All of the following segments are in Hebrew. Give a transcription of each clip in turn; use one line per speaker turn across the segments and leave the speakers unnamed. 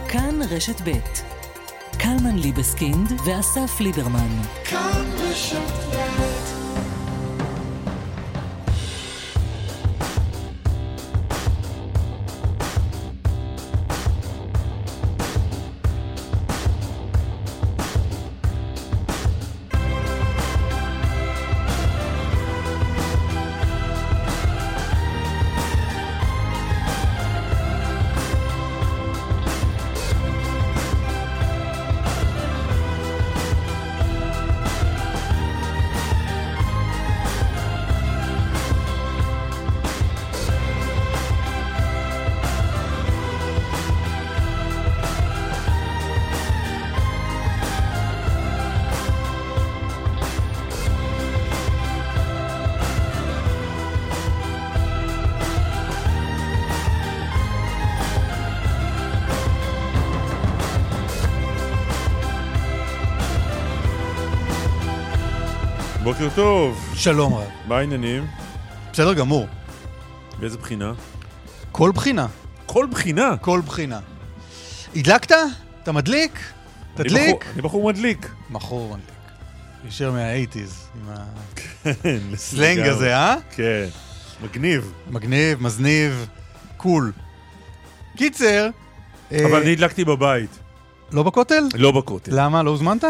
כאן רשת ב' קלמן ליבסקינד ואסף ליברמן. כאן רשת ב'.
בוקר טוב.
שלום רב.
מה העניינים?
בסדר גמור.
באיזה בחינה?
כל בחינה.
כל בחינה?
כל בחינה. הדלקת? אתה מדליק? תדליק?
אני בחור מדליק.
בחור מדליק. ישר מה-80s, עם הסלנג הזה, אה?
כן. מגניב.
מגניב, מזניב, קול. קיצר...
אבל אני הדלקתי בבית.
לא בכותל?
לא בכותל.
למה? לא הוזמנת?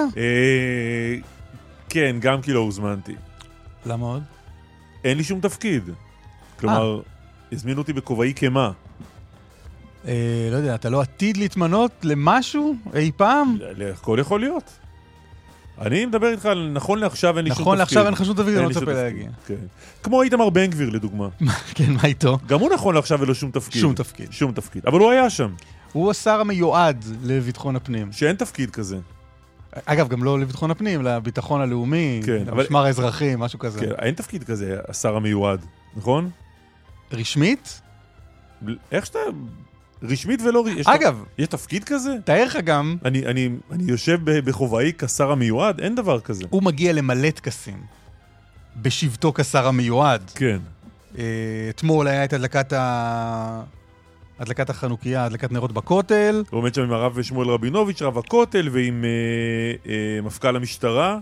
כן, גם כי לא הוזמנתי.
למה עוד?
אין לי שום תפקיד. כלומר, הזמינו אותי בכובעי כמה.
לא יודע, אתה לא עתיד להתמנות למשהו אי פעם?
הכל יכול להיות. אני מדבר איתך על נכון לעכשיו אין לי שום תפקיד.
נכון לעכשיו אין לך שום תפקיד, אני לא מצפה להגיע.
כמו איתמר בן גביר לדוגמה.
כן, מה איתו?
גם הוא נכון לעכשיו אין לו שום תפקיד.
שום תפקיד.
שום תפקיד. אבל הוא היה שם.
הוא השר המיועד לביטחון הפנים.
שאין תפקיד כזה.
אגב, גם לא לביטחון הפנים, לביטחון הלאומי, למשמר האזרחי, משהו כזה.
כן, אין תפקיד כזה, השר המיועד, נכון?
רשמית?
איך שאתה... רשמית ולא...
אגב...
יש תפקיד כזה?
תאר לך גם...
אני יושב בכובעי כשר המיועד, אין דבר כזה.
הוא מגיע למלא טקסים. בשבתו כשר המיועד.
כן.
אתמול היה את הדלקת החנוכיה, הדלקת נרות בכותל.
הוא עומד שם עם הרב שמואל רבינוביץ', רב הכותל, ועם מפכ"ל המשטרה,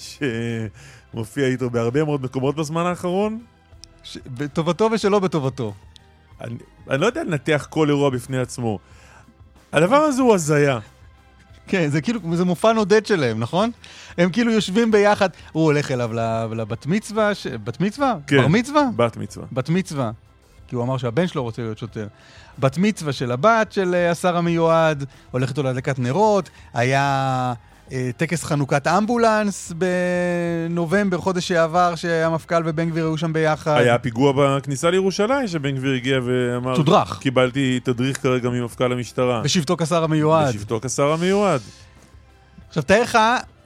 שמופיע איתו בהרבה מאוד מקומות בזמן האחרון.
בטובתו ושלא בטובתו.
אני לא יודע לנתח כל אירוע בפני עצמו. הדבר הזה הוא הזיה.
כן, זה כאילו, זה מופע נודד שלהם, נכון? הם כאילו יושבים ביחד, הוא הולך אליו לבת מצווה, בת מצווה?
כן.
בר מצווה?
בת מצווה.
בת מצווה. כי הוא אמר שהבן שלו רוצה להיות שוטר. בת מצווה של הבת של השר המיועד, הולכת לו להדלקת נרות, היה טקס חנוכת אמבולנס בנובמבר, חודש שעבר, שהמפכ"ל ובן גביר היו שם ביחד.
היה פיגוע בכניסה לירושלים, שבן גביר הגיע ואמר...
תודרך.
קיבלתי תדריך כרגע ממפכ"ל המשטרה.
בשבתו כשר המיועד.
בשבתו כשר המיועד.
עכשיו תאר לך,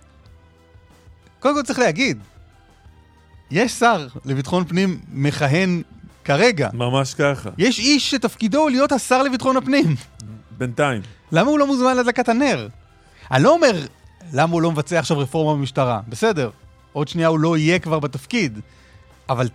קודם כל צריך להגיד, יש שר לביטחון פנים מכהן כרגע.
ממש ככה.
יש איש שתפקידו להיות השר לביטחון הפנים.
בינתיים.
למה הוא לא מוזמן להדלקת הנר? אני לא אומר למה הוא לא מבצע עכשיו רפורמה במשטרה. בסדר, עוד שנייה הוא לא יהיה כבר בתפקיד. אבל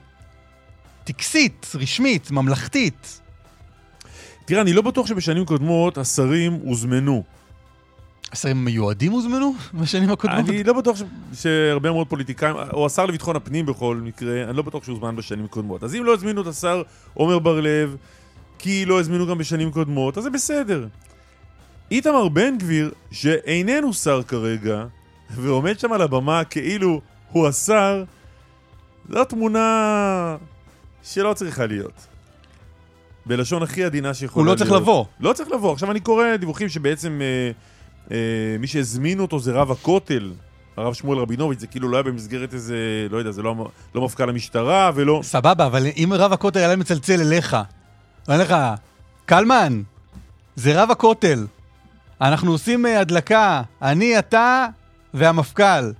טקסית, רשמית, ממלכתית.
תראה, אני לא בטוח שבשנים קודמות השרים הוזמנו.
השרים מיועדים הוזמנו בשנים הקודמות?
אני לא בטוח שהרבה מאוד פוליטיקאים, או השר לביטחון הפנים בכל מקרה, אני לא בטוח שהוזמן בשנים קודמות. אז אם לא הזמינו את השר עומר בר לב, כי לא הזמינו גם בשנים קודמות, אז זה בסדר. איתמר בן גביר, שאיננו שר כרגע, ועומד שם על הבמה כאילו הוא השר, זו תמונה שלא צריכה להיות. בלשון הכי עדינה שיכולה להיות.
הוא לא צריך לבוא.
לא צריך לבוא. עכשיו אני קורא דיווחים שבעצם מי שהזמין אותו זה רב הכותל, הרב שמואל רבינוביץ', זה כאילו לא היה במסגרת איזה, לא יודע, זה לא מפכ"ל המשטרה ולא...
סבבה, אבל אם רב הכותל היה מצלצל אליך, אומר לך, קלמן, זה רב הכותל. אנחנו עושים הדלקה, אני, אתה והמפכ"ל.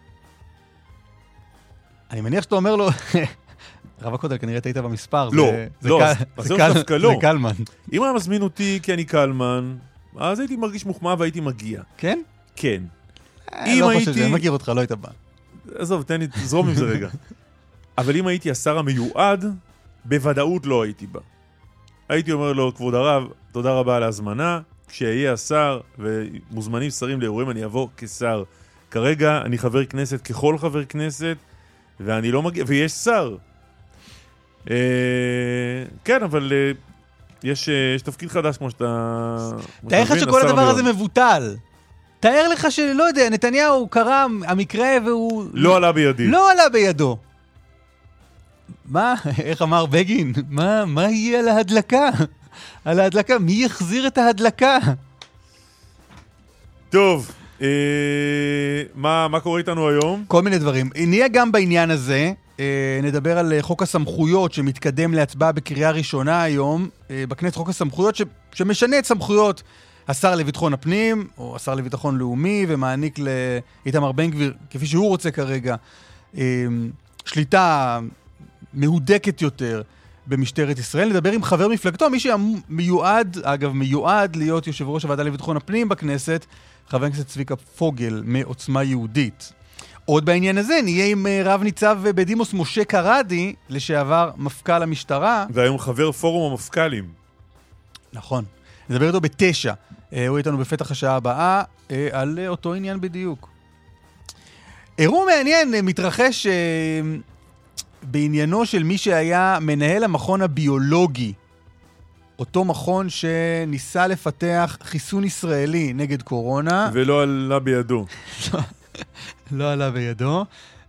אני מניח שאתה אומר לו, רב הכותל, כנראה היית במספר.
לא, זה
קלמן.
אם היה מזמין אותי כי אני קלמן, אז הייתי מרגיש מוחמא והייתי מגיע.
כן?
כן.
לא חושב שזה, אני מכיר אותך, לא היית בא.
עזוב, תן לי, תזרום עם זה רגע. אבל אם הייתי השר המיועד, בוודאות לא הייתי בא. הייתי אומר לו, כבוד הרב, תודה רבה על ההזמנה, כשיהיה השר ומוזמנים שרים לאירועים, אני אבוא כשר. כרגע אני חבר כנסת ככל חבר כנסת, ואני לא מגיע, ויש שר. כן, אבל יש תפקיד חדש כמו שאתה...
תאר לך שכל הדבר הזה מבוטל. תאר לך שלא יודע, נתניהו קרא המקרה והוא...
לא עלה בידי.
לא עלה בידו. מה? איך אמר בגין? מה יהיה על ההדלקה? על ההדלקה? מי יחזיר את ההדלקה?
טוב, מה קורה איתנו היום?
כל מיני דברים. נהיה גם בעניין הזה, נדבר על חוק הסמכויות שמתקדם להצבעה בקריאה ראשונה היום, בכנסת חוק הסמכויות שמשנה את סמכויות השר לביטחון הפנים, או השר לביטחון לאומי, ומעניק לאיתמר בן גביר, כפי שהוא רוצה כרגע, שליטה מהודקת יותר במשטרת ישראל. נדבר עם חבר מפלגתו, מי מיועד להיות יושב ראש הוועדה לביטחון הפנים בכנסת, חבר הכנסת צביקה פוגל מעוצמה יהודית. עוד בעניין הזה נהיה עם רב ניצב בדימוס משה קרדי, לשעבר מפכ"ל המשטרה.
והיום חבר פורום המפכ"לים.
נכון. נדבר איתו ב9. הוא איתנו בפתח השעה הבאה על אותו עניין בדיוק. אירוע מעניין מתרחש בעניינו של מי שהיה מנהל המכון הביולוגי. אותו מכון שניסה לפתח חיסון ישראלי נגד קורונה.
ולא עלה בידו.
לא עלה בידו.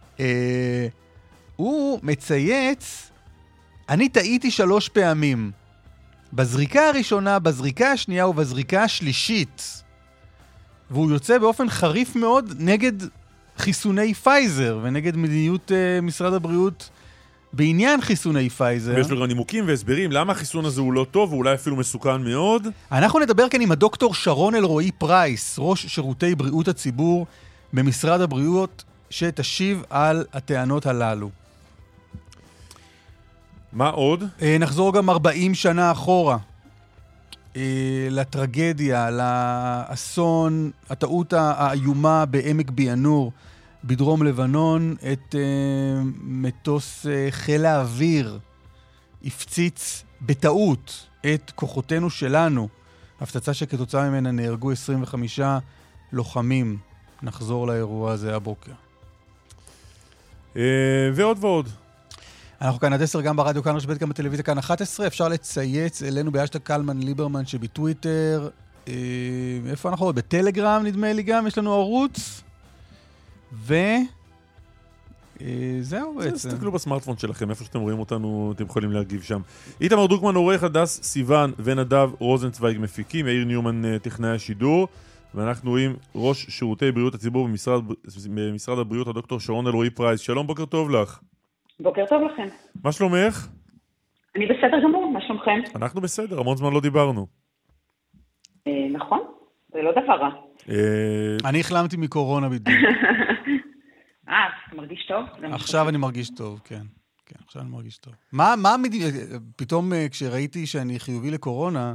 הוא מצייץ, אני טעיתי 3 פעמים. בזריקה הראשונה, בזריקה השנייה ובזריקה השלישית. והוא יוצא באופן חריף מאוד נגד חיסוני פייזר ונגד מדיניות משרד הבריאות בעניין חיסוני פייזר.
ויש לו גם נימוקים והסברים למה החיסון הזה הוא לא טוב ואולי אפילו מסוכן מאוד.
אנחנו נדבר כאן עם הדוקטור שרון אלרועי פרייס, ראש שירותי בריאות הציבור במשרד הבריאות, שתשיב על הטענות הללו.
מה עוד?
נחזור גם 40 שנה אחורה. לטרגדיה, לאסון, הטעות האיומה בעמק ביאנור, בדרום לבנון. את מטוס חיל האוויר הפציץ בטעות את כוחותינו שלנו. הפצצה שכתוצאה ממנה נהרגו 25 לוחמים. נחזור לאירוע הזה הבוקר.
ועוד ועוד.
אנחנו כאן עד 10 גם ברדיו, כאן רשת, גם בטלוויזיה, כאן 11. אפשר לצייץ אלינו בהשטג קלמן ליברמן שבטוויטר. איפה אנחנו? בטלגרם נדמה לי גם, יש לנו ערוץ. זהו בעצם.
תסתכלו בסמארטפון שלכם, איפה שאתם רואים אותנו, אתם יכולים להגיב שם. איתמר דרוקמן עורך, הדס סיוון ונדב רוזנצוויג מפיקים, יאיר ניומן טכנאי השידור, ואנחנו עם ראש שירותי בריאות הציבור במשרד הבריאות, הדוקטור שרון אלרועי פרייס. שלום, בוקר טוב לך.
בוקר טוב לכם.
מה שלומך?
אני בסדר גמור, מה שלומכם?
אנחנו בסדר, המון זמן לא דיברנו.
נכון, זה לא דבר רע.
אני החלמתי מקורונה בדיוק.
אתה מרגיש טוב?
עכשיו אני מרגיש טוב, כן. כן, עכשיו אני מרגיש טוב. פתאום כשראיתי שאני חיובי לקורונה,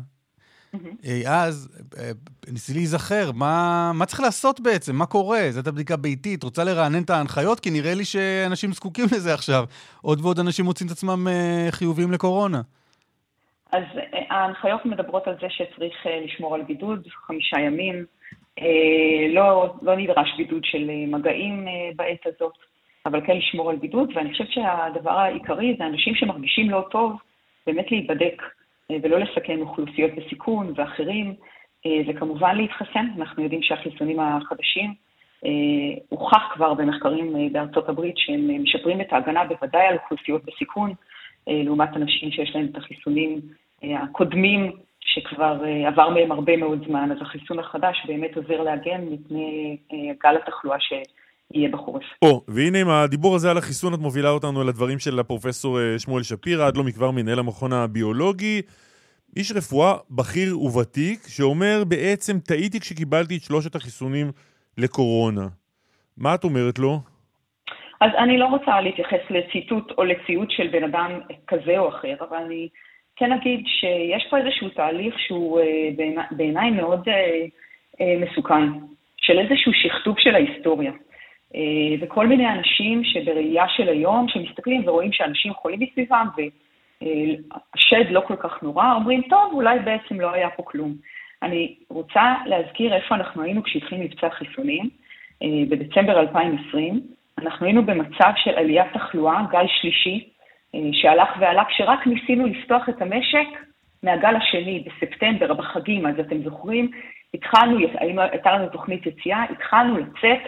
אז ניסיתי להיזכר, מה צריך לעשות בעצם? מה קורה? זאת הבדיקה ביתית, רוצה לרענן את ההנחיות? כי נראה לי שאנשים זקוקים לזה עכשיו. עוד ועוד אנשים מוצאים את עצמם חיוביים לקורונה.
אז ההנחיות מדברות על זה שצריך לשמור על בידוד 5 ימים. לא נדרש בידוד של מגעים בעת הזאת, אבל כן לשמור על בידוד, ואני חושבת שהדבר העיקרי זה אנשים שמרגישים לא טוב, באמת להיבדק. ולא לסכן אוכלוסיות בסיכון ואחרים, וכמובן להתחסן. אנחנו יודעים שהחיסונים החדשים הוכח כבר במחקרים בארצות הברית שהם משפרים את ההגנה בוודאי על אוכלוסיות בסיכון, לעומת אנשים שיש להם את החיסונים הקודמים שכבר עבר מהם הרבה מאוד זמן. אז החיסון החדש באמת עוזר להגן מפני גל התחלואה שיהיה בחורף.
והנה עם הדיבור הזה על החיסון את מובילה אותנו אל הדברים של הפרופסור שמואל שפירא, עד לא מכבר מנהל המכון הביולוגי, איש רפואה בכיר וותיק, שאומר בעצם טעיתי כשקיבלתי את 3 החיסונים לקורונה. מה את אומרת לו?
אז אני לא רוצה להתייחס לציטוט או לציוט של בן אדם כזה או אחר, אבל אני כן אגיד שיש פה איזשהו תהליך שהוא בעיניי מאוד מסוכן, של איזשהו שכתוב של ההיסטוריה. וכל מיני אנשים שבראייה של היום, שמסתכלים ורואים שאנשים חולים מסביבם, והשד לא כל כך נורא, אומרים, טוב, אולי בעצם לא היה פה כלום. אני רוצה להזכיר איפה אנחנו היינו כשהתחיל מבצע חיסונים. בדצמבר 2020, אנחנו היינו במצב של עליית תחלואה, גל שלישי, שהלך ועלה, כשרק ניסינו לפתוח את המשק מהגל השני, בספטמבר, בחגים, אז אתם זוכרים, הייתה לנו תוכנית יציאה, התחלנו לצאת,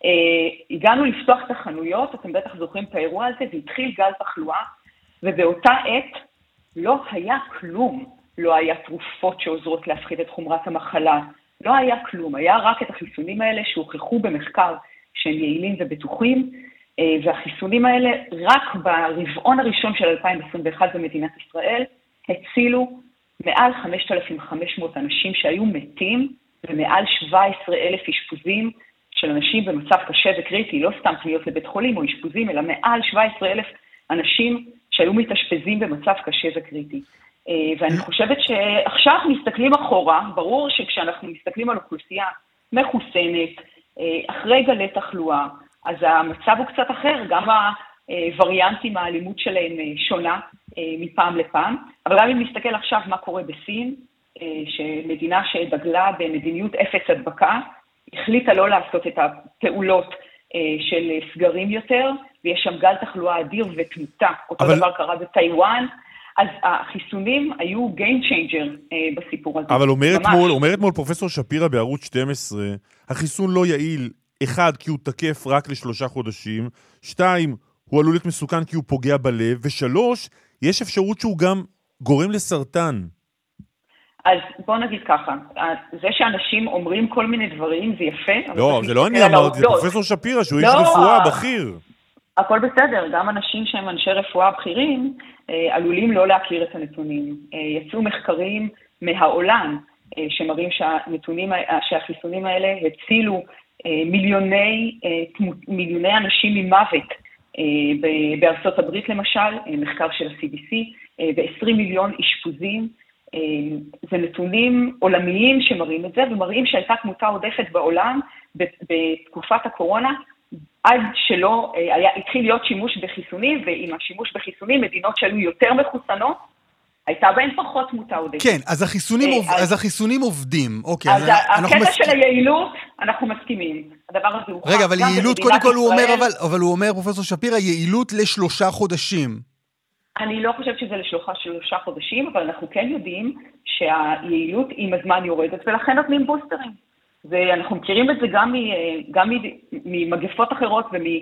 הגענו לפתוח את החנויות, אתם בטח זוכרים את האירוע הזה, והתחיל גל תחלואה, ובאותה עת לא היה כלום, לא היה תרופות שעוזרות להפחית את חומרת המחלה, לא היה כלום, היה רק את החיסונים האלה שהוכחו במחקר שהם יעילים ובטוחים, והחיסונים האלה רק ברבעון הראשון של 2021 במדינת ישראל הצילו מעל 5,500 אנשים שהיו מתים ומעל 17,000 אשפוזים של אנשים במצב קשה וקריטי, לא סתם פניות לבית חולים או אשפוזים, אלא מעל 17,000 אנשים שהיו מתאשפזים במצב קשה וקריטי. ואני חושבת שעכשיו מסתכלים אחורה, ברור שכשאנחנו מסתכלים על אוכלוסייה מחוסנת, אחרי גלי תחלואה, אז המצב הוא קצת אחר, גם הווריאנטים, האלימות שלהם שונה מפעם לפעם, אבל גם אם נסתכל עכשיו מה קורה בסין, שמדינה שדגלה במדיניות אפס הדבקה, החליטה לא לעשות את הפעולות של סגרים יותר, ויש שם גל תחלואה אדיר ותמותה, אותו דבר קרה בטיואן, אז החיסונים היו game changer בסיפור הזה.
אבל אומרת מול פרופסור שפירא בערוץ 12, החיסון לא יעיל, 1, כי הוא תקף רק ל3 חודשים, 2, הוא עלול להיות מסוכן כי הוא פוגע בלב, ו3, יש אפשרות שהוא גם גורם לסרטן.
אז בוא נגיד ככה, זה שאנשים אומרים כל מיני דברים, זה יפה.
לא, זה לא אני אמרתי, זה פרופסור שפירא, שהוא איש רפואה בכיר.
הכל בסדר, גם אנשים שהם אנשי רפואה בכירים, עלולים לא להכיר את הנתונים. יצאו מחקרים מהעולם, שמראים שהחיסונים האלה הצילו מיליוני אנשים ממוות, בארצות הברית למשל, מחקר של ה-CDC, ו20 מיליון אשפוזים, זה נתונים עולמיים שמראים את זה, ומראים שהייתה תמותה עודפת בעולם בתקופת הקורונה, עד שלא התחיל להיות שימוש בחיסונים, ועם השימוש בחיסונים, מדינות שהיו יותר מחוסנות, הייתה בהן פחות תמותה עודפת.
כן, אז החיסונים עובדים. אוקיי,
אז הקטע של היעילות, אנחנו מסכימים. הדבר הזה הוא...
רגע, אבל יעילות, קודם כל הוא אומר, אבל הוא אומר, פרופסור שפירא, יעילות ל3 חודשים.
אני לא חושבת שזה ל3 חודשים, אבל אנחנו כן יודעים שהיעילות עם הזמן יורדת, ולכן נותנים בוסטרים. ואנחנו מכירים את זה גם ממגפות אחרות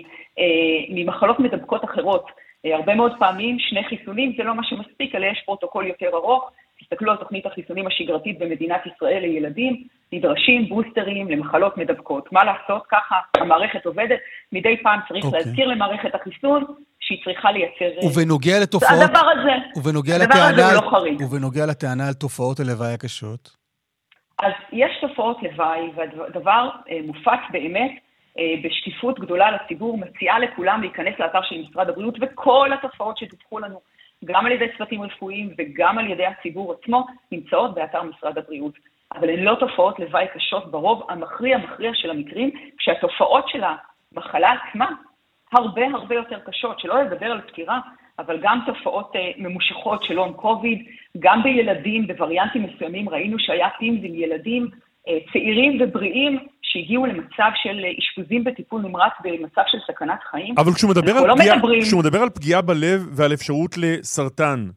וממחלות מדבקות אחרות. הרבה מאוד פעמים 2 חיסונים זה לא מה שמספיק, אלא יש פרוטוקול יותר ארוך. תסתכלו על תוכנית החיסונים השגרתית במדינת ישראל לילדים, נדרשים בוסטרים למחלות מדבקות. מה לעשות? ככה המערכת עובדת. מדי פעם צריך להזכיר למערכת החיסון שהיא צריכה לייצר...
ובנוגע לתופעות...
הדבר הזה הוא לא חריג.
ובנוגע לטענה על תופעות הלוואי הקשות?
אז יש תופעות לוואי, והדבר מופץ באמת בשקיפות גדולה לציבור, מציעה לכולם להיכנס לאתר של משרד הבריאות, וכל התופעות שדווחו לנו, גם על ידי צוותים רפואיים וגם על ידי הציבור עצמו, נמצאות באתר משרד הבריאות. אבל הן לא תופעות לוואי קשות ברוב המכריע של המקרים, כשהתופעות של המחלה עצמה הרבה יותר קשות, שלא לדבר על פטירה, אבל גם תופעות ממושכות של לונג קוביד, גם בילדים, בווריאנטים מסוימים, ראינו שהיה טימס עם ילדים צעירים ובריאים שהגיעו למצב של אשפוזים בטיפול נמרץ במצב של סכנת חיים.
אבל כשהוא מדבר על פגיעה בלב ועל אפשרות לסרטן,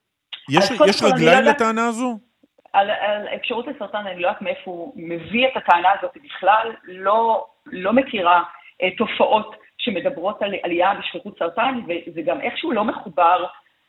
יש רגליים לטענה הזו?
על אפשרות לסרטן, אני לא יודעת מאיפה הוא מביא את הטענה הזאת בכלל, לא מכירה תופעות שמדברות על עלייה בשכיחות סרטן, וזה גם איכשהו לא מחובר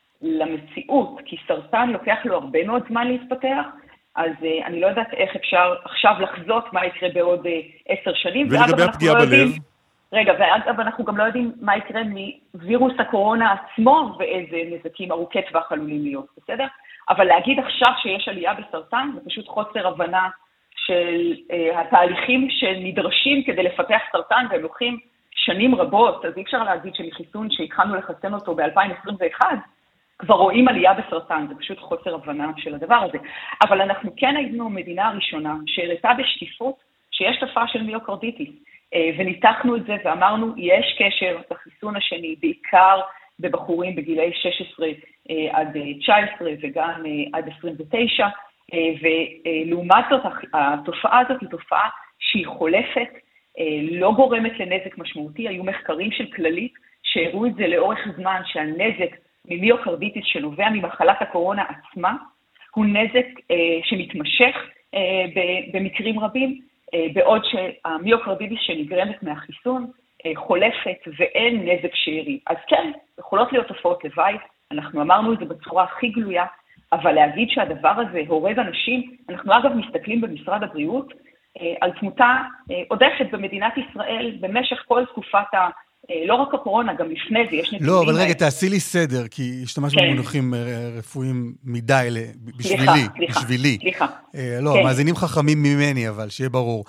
למציאות, כי סרטן לוקח לו הרבה מאוד זמן להתפתח, אז אני לא יודעת איך אפשר עכשיו לחזות מה יקרה בעוד 10 שנים.
ולגבי הפגיעה בלב?
רגע, ואגב אנחנו גם לא יודעים מה יקרה מווירוס הקורונה עצמו, ואיזה נזקים ארוכי טווח עלולים להיות, בסדר? אבל להגיד עכשיו שיש עלייה בסרטן, זה פשוט חוסר הבנה של התהליכים שנדרשים כדי לפתח סרטן, והם לוקחים שנים רבות, אז אי אפשר להגיד שמחיסון שהתחלנו לחסן אותו ב-2021, כבר רואים עלייה בסרטן, זה פשוט חוסר הבנה של הדבר הזה. אבל אנחנו כן היינו מדינה הראשונה שהראתה בשקיפות שיש תופעה של מיוקרדיטיס, וניתחנו את זה ואמרנו, יש קשר לחיסון השני, בעיקר בבחורים בגילי 16 עד 19 וגם עד 29, ולעומת זאת, התופעה הזאת היא תופעה שהיא חולפת, לא גורמת לנזק משמעותי. היו מחקרים של כללית שהראו את זה לאורך זמן, שהנזק ממיוקרדיטיס שנובע ממחלת הקורונה עצמה, הוא נזק שמתמשך במקרים רבים, בעוד שהמיוקרדיטיס שנגרמת מהחיסון חולפת ואין נזק שארי. אז כן, יכולות להיות תופעות לוואי, אנחנו אמרנו את זה בצורה הכי גלויה, אבל להגיד שהדבר הזה הורג אנשים, אנחנו אגב מסתכלים במשרד הבריאות על תמותה עודפת במדינת ישראל במשך כל תקופת לא רק הקורונה, גם לפני זה יש נתונים.
לא, אבל רגע, תעשי לי סדר, כי השתמש במונחים רפואיים מדי בשבילי.
סליחה.
לא, המאזינים חכמים ממני, אבל שיהיה ברור.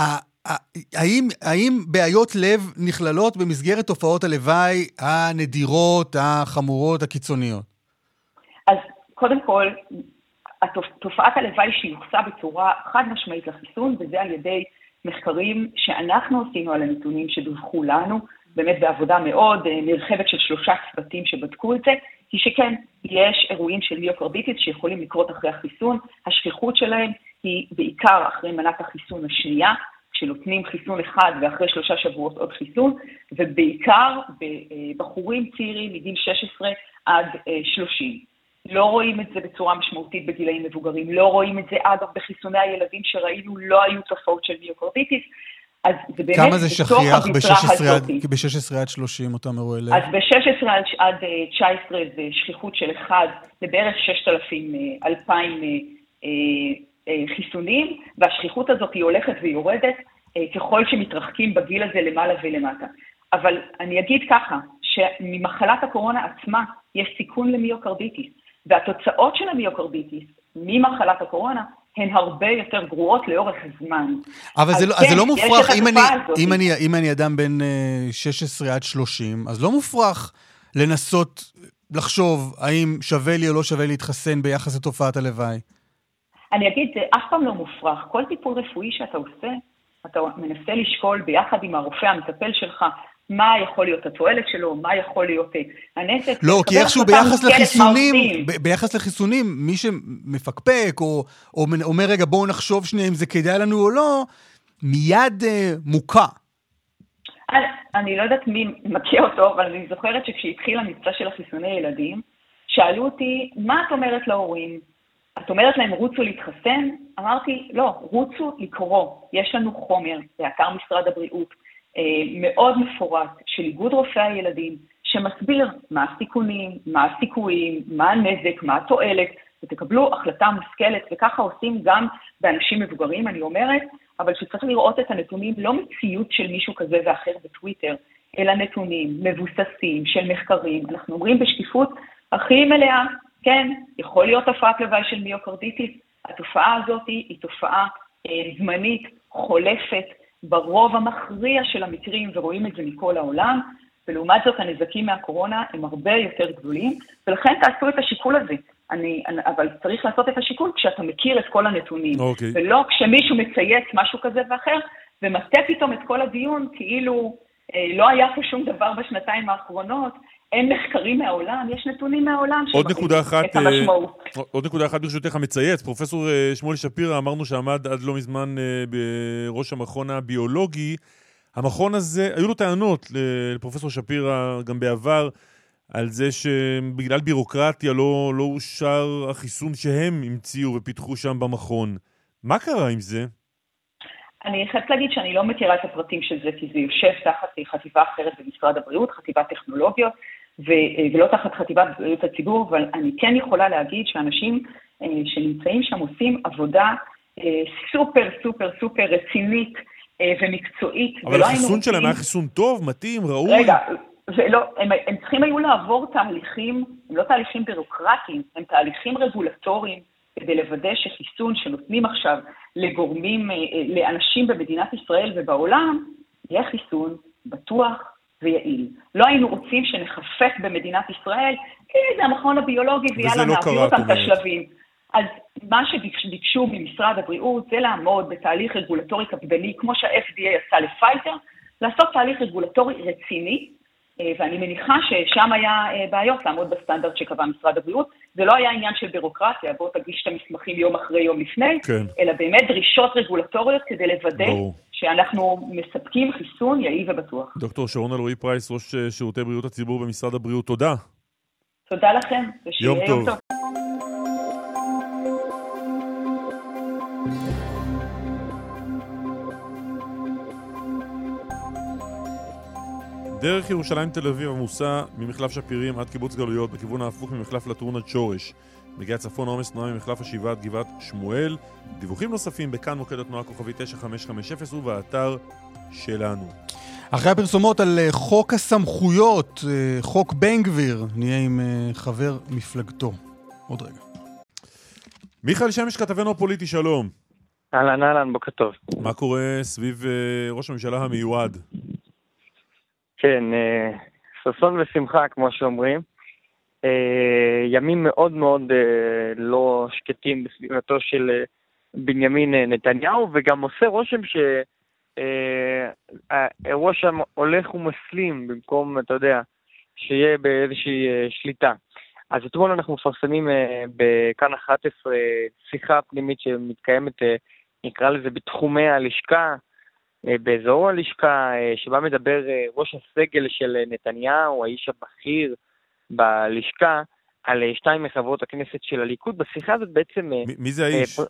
האם בעיות לב נכללות במסגרת תופעות הלוואי הנדירות, החמורות, הקיצוניות?
אז קודם כל, תופעת הלוואי שיוחסה בצורה חד משמעית לחיסון, וזה על ידי מחקרים שאנחנו עשינו על הנתונים שדווחו לנו, באמת בעבודה מאוד נרחבת של 3 צוותים שבדקו את זה, היא שכן, יש אירועים של מיוקרדיטיס שיכולים לקרות אחרי החיסון, השכיחות שלהם היא בעיקר אחרי מנת החיסון השנייה, כשנותנים חיסון אחד ואחרי 3 שבועות עוד חיסון, ובעיקר בבחורים צעירים מגיל 16 עד 30. לא רואים את זה בצורה משמעותית בגילאים מבוגרים, לא רואים את זה אגב בחיסוני הילדים שראינו, לא היו תופעות של מיוקרדיטיס, אז זה באמת
כמה זה שכיח ב-16 עד 30 אותם אירועי לב?
אז ב-16 עד 19 זה שכיחות של 1 לבערך 6,000 חיסונים, והשכיחות הזאת היא הולכת ויורדת ככל שמתרחקים בגיל הזה למעלה ולמטה. אבל אני אגיד ככה, שממחלת הקורונה עצמה יש סיכון למיוקרדיטיס, והתוצאות של המיוקרדיטיס ממחלת הקורונה הן הרבה יותר גרועות לאורך הזמן.
אבל זה לא מופרך, אם אני אדם בין 16 עד 30, אז לא מופרך לנסות לחשוב האם שווה לי או לא שווה להתחסן ביחס לתופעת הלוואי.
אני אגיד, זה אף פעם לא מופרך. כל טיפול רפואי שאתה עושה, אתה מנסה לשקול ביחד עם הרופא המטפל שלך, מה יכול להיות התועלת שלו, מה יכול להיות הנזק.
לא, כי איכשהו ביחס לחיסונים, מי שמפקפק או אומר רגע בואו נחשוב שנייה אם זה כדאי לנו או לא, מיד מוקע.
אני לא יודעת מי מכיר אותו, אבל אני זוכרת שכשהתחיל המבצע של החיסוני ילדים, שאלו אותי, מה את אומרת להורים? את אומרת להם רוצו להתחסן? אמרתי, לא, רוצו לקרוא. יש לנו חומר באתר משרד הבריאות, מאוד מפורט של איגוד רופאי הילדים, שמסביר מה הסיכונים, מה הסיכויים, מה הנזק, מה התועלת, ותקבלו החלטה מושכלת, וככה עושים גם באנשים מבוגרים, אני אומרת, אבל שצריך לראות את הנתונים לא מציאות של מישהו כזה ואחר בטוויטר, אלא נתונים מבוססים של מחקרים. אנחנו אומרים בשקיפות הכי מלאה, כן, יכול להיות תופעת לוואי של מיוקרדיטיס, התופעה הזאת היא תופעה זמנית, חולפת, ברוב המכריע של המקרים, ורואים את זה מכל העולם, ולעומת זאת הנזקים מהקורונה הם הרבה יותר גדולים, ולכן תעשו את השיקול הזה. אבל צריך לעשות את השיקול כשאתה מכיר את כל הנתונים, ולא כשמישהו מצייץ משהו כזה ואחר, ומטה פתאום את כל הדיון, כאילו לא היה פה שום דבר בשנתיים האחרונות, אין מחקרים מהעולם, יש נתונים מהעולם שמראים את המשמעות.
עוד נקודה אחת ברשותך המצייץ, פרופסור שמואל שפירא, אמרנו שעמד עד לא מזמן בראש המכון הביולוגי, המכון הזה, היו לו טענות לפרופסור שפירא גם בעבר, על זה שבגלל בירוקרטיה לא אושר החיסון שהם המציאו ופיתחו שם במכון. מה קרה עם זה?
אני חייבת להגיד שאני לא מכירה את הפרטים של זה, כי זה יושב תחת חטיבה אחרת במשרד הבריאות, חטיבת טכנולוגיות, ולא תחת חטיבת בריאות הציבור, אבל אני כן יכולה להגיד שאנשים שנמצאים שם עושים עבודה סופר סופר סופר רצינית ומקצועית.
אבל החיסון שלהם היה חיסון טוב, מתאים, ראוי?
רגע, הם צריכים היו לעבור תהליכים, הם לא תהליכים בירוקרטיים, הם תהליכים רגולטוריים, כדי לוודא שחיסון שנותנים עכשיו לגורמים, לאנשים במדינת ישראל ובעולם, יהיה חיסון בטוח ויעיל. לא היינו רוצים שנחפף במדינת ישראל, כי זה המכון הביולוגי ויאללה נעביר אותם את השלבים. אז מה שביקשו ממשרד הבריאות זה לעמוד בתהליך רגולטורי קפדני, כמו שה-FDA עשה לפייזר, לעשות תהליך רגולטורי רציני, ואני מניחה ששם היה בעיות לעמוד בסטנדרט שקבע משרד הבריאות, זה לא היה עניין של בירוקרטיה, בוא תגיש את המסמכים יום אחרי יום לפני,
כן.
אלא באמת דרישות רגולטוריות כדי לוודא שאנחנו מספקים חיסון יעיל ובטוח.
דוקטור שרון אלרועי פרייס, ראש שירותי בריאות הציבור במשרד הבריאות, תודה.
תודה לכם, ושיהיה יום טוב.
דרך ירושלים תל אביב עמוסה ממחלף שפירים עד קיבוץ גלויות בכיוון ההפוך ממחלף לטרון עד שורש. מגיע צפון העומס תנועה ממחלף השבעה עד גבעת שמואל. דיווחים נוספים בכאן מוקד התנועה כוכבי 9550 ובאתר שלנו.
אחרי הפרסומות על חוק הסמכויות, חוק בן גביר, נהיה עם חבר מפלגתו. עוד רגע.
מיכאל שמש כתבנו הפוליטי, שלום.
אהלן, בוקר טוב.
מה קורה סביב ראש הממשלה המיועד?
כן, ששון ושמחה, כמו שאומרים. ימים מאוד מאוד לא שקטים בסביבתו של בנימין נתניהו, וגם עושה רושם שהאירוע שם הולך ומסלים במקום, אתה יודע, שיהיה באיזושהי שליטה. אז אתמול אנחנו מפרסמים בכאן 11 שיחה פנימית שמתקיימת, נקרא לזה, בתחומי הלשכה, באזור הלשכה, שבה מדבר ראש הסגל של נתניהו, האיש הבכיר בלשכה, על 2 מחברות הכנסת של הליכוד. בשיחה הזאת בעצם...
מי זה האיש?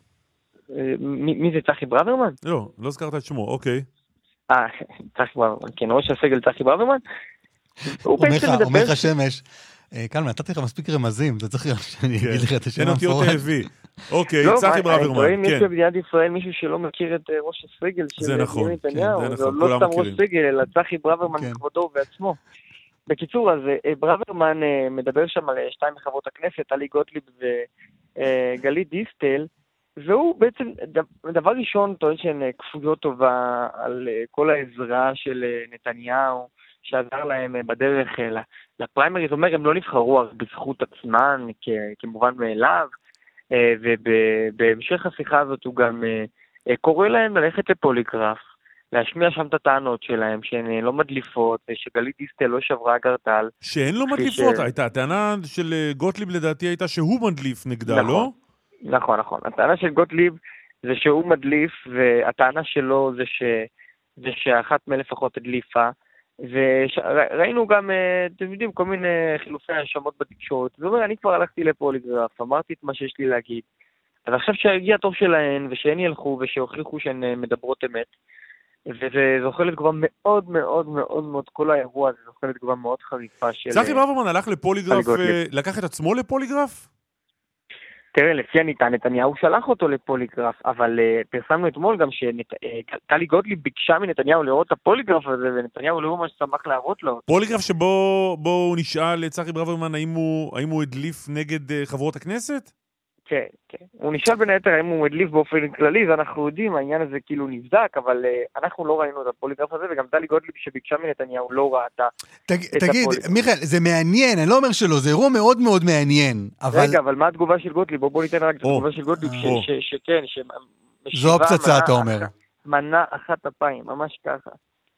מי זה, צחי ברוורמן?
לא הזכרת את שמו, אוקיי.
צחי ברוורמן, כן, ראש הסגל צחי ברוורמן.
אומר לך שמש, קלמן, נתתי לך מספיק רמזים, אתה צריך שאני אגיד לך את השם המפורט.
אוקיי, צחי ברוורמן, כן.
יש במדינת ישראל מישהו שלא מכיר את ראש הסגל של בנימין נתניהו, זה לא סתם ראש סגל, אלא צחי ברוורמן כבודו ובעצמו. בקיצור, אז ברוורמן מדבר שם על 2 מחברות הכנסת, טלי גוטליב וגלית דיסטל, והוא בעצם, דבר ראשון, טוען שהן כפויות טובה על כל העזרה של נתניהו, שעזר להם בדרך לפריימריז. אומר, הם לא נבחרו בזכות עצמן, כמובן מאליו, ובהמשך השיחה הזאת הוא גם קורא להם ללכת לפוליגרף, להשמיע שם את הטענות שלהם, שהן לא מדליפות, שגלית דיסטל לא שברה גרטל.
שהן לא מדליפות? הייתה, הטענה של גוטליב לדעתי הייתה שהוא מדליף נגדה, לא?
נכון. הטענה של גוטליב זה שהוא מדליף, והטענה שלו זה שאחת מלפחות הדליפה, וראינו גם, אתם יודעים, כל מיני חילופי האשמות בתקשורת. זאת אומרת, אני כבר הלכתי לפוליגרף, אמרתי את מה שיש לי להגיד. אז עכשיו שהגיע התור שלהן, ושהן ילכו, ושהוכיחו שהן מדברות אמת, וזה זוכה לתגובה מאוד מאוד מאוד מאוד, כל האירוע הזה זוכה לתגובה מאוד חריפה של...
צחי ברוורמן הלך לפוליגרף, לקח את עצמו לפוליגרף?
תראה, לפי נתניהו שלח אותו לפוליגרף, אבל פרסמנו אתמול גם שטלי גוטליב ביקשה מנתניהו לראות את הפוליגרף הזה, ונתניהו לא ממש שמח להראות לו.
פוליגרף שבו הוא נשאל לצחי ברוורמן האם הוא הדליף נגד חברות הכנסת?
כן. הוא נשאל בין היתר האם הוא הדליף באופן כללי, ואנחנו יודעים, העניין הזה כאילו נבדק, אבל אנחנו לא ראינו את הפוליגרף הזה, וגם טלי גוטליב שביקשה מנתניהו לא ראתה את הפוליגרף.
תגיד, מיכאל, זה מעניין, אני לא אומר שלא, זה אירוע מאוד מאוד מעניין.
רגע, אבל מה התגובה של גוטליב? בוא ניתן רק את התגובה של גוטליב, שכן,
זו הפצצה, אתה אומר.
מנה אחת אפיים, ממש ככה.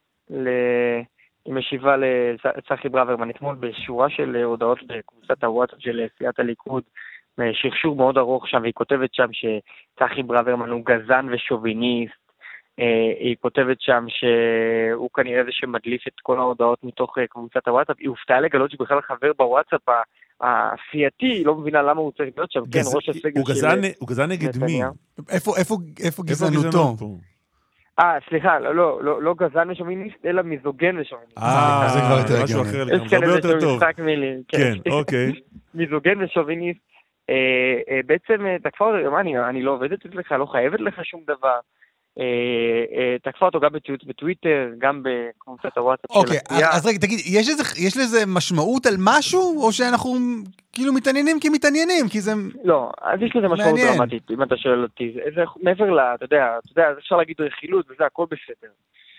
היא משיבה לצחי ברוורמן אתמול בשורה של הודעות בקבוצת הוואטסאפ של סיעת הליכוד, שרשור מאוד ארוך שם, והיא כותבת שם שצחי ברוורמן הוא גזען ושוביניסט, היא כותבת שם שהוא כנראה זה שמדליף את כל ההודעות מתוך קבוצת הוואטסאפ, היא הופתעה לגלות שבכלל חבר בוואטסאפ הסיעתי, היא לא מבינה למה הוא צריך להיות שם, כן, ראש הסגל של...
הוא גזען נגד מי?
איפה גזענותו?
סליחה, לא גזען ושוביניסט, אלא מיזוגן ושוביניסט.
זה כבר יותר
משהו אחר, זה הרבה יותר טוב. כן, אוקיי.
מיזוגן ושוביניסט, בעצם תקפה אותו, אני לא עובדת אצלך, לא חייבת לך שום דבר. תקפה אותו גם בטוויטר, גם בקבוצת הוואטסאפ של הסיעה.
אז רגע, תגיד, יש לזה משמעות על משהו, או שאנחנו כאילו מתעניינים כי מתעניינים, כי זה...
לא, אז יש לזה משמעות דרמטית, אם אתה שואל אותי. זה מעבר לה, אתה יודע, אפשר להגיד רכילות, וזה הכל בסדר.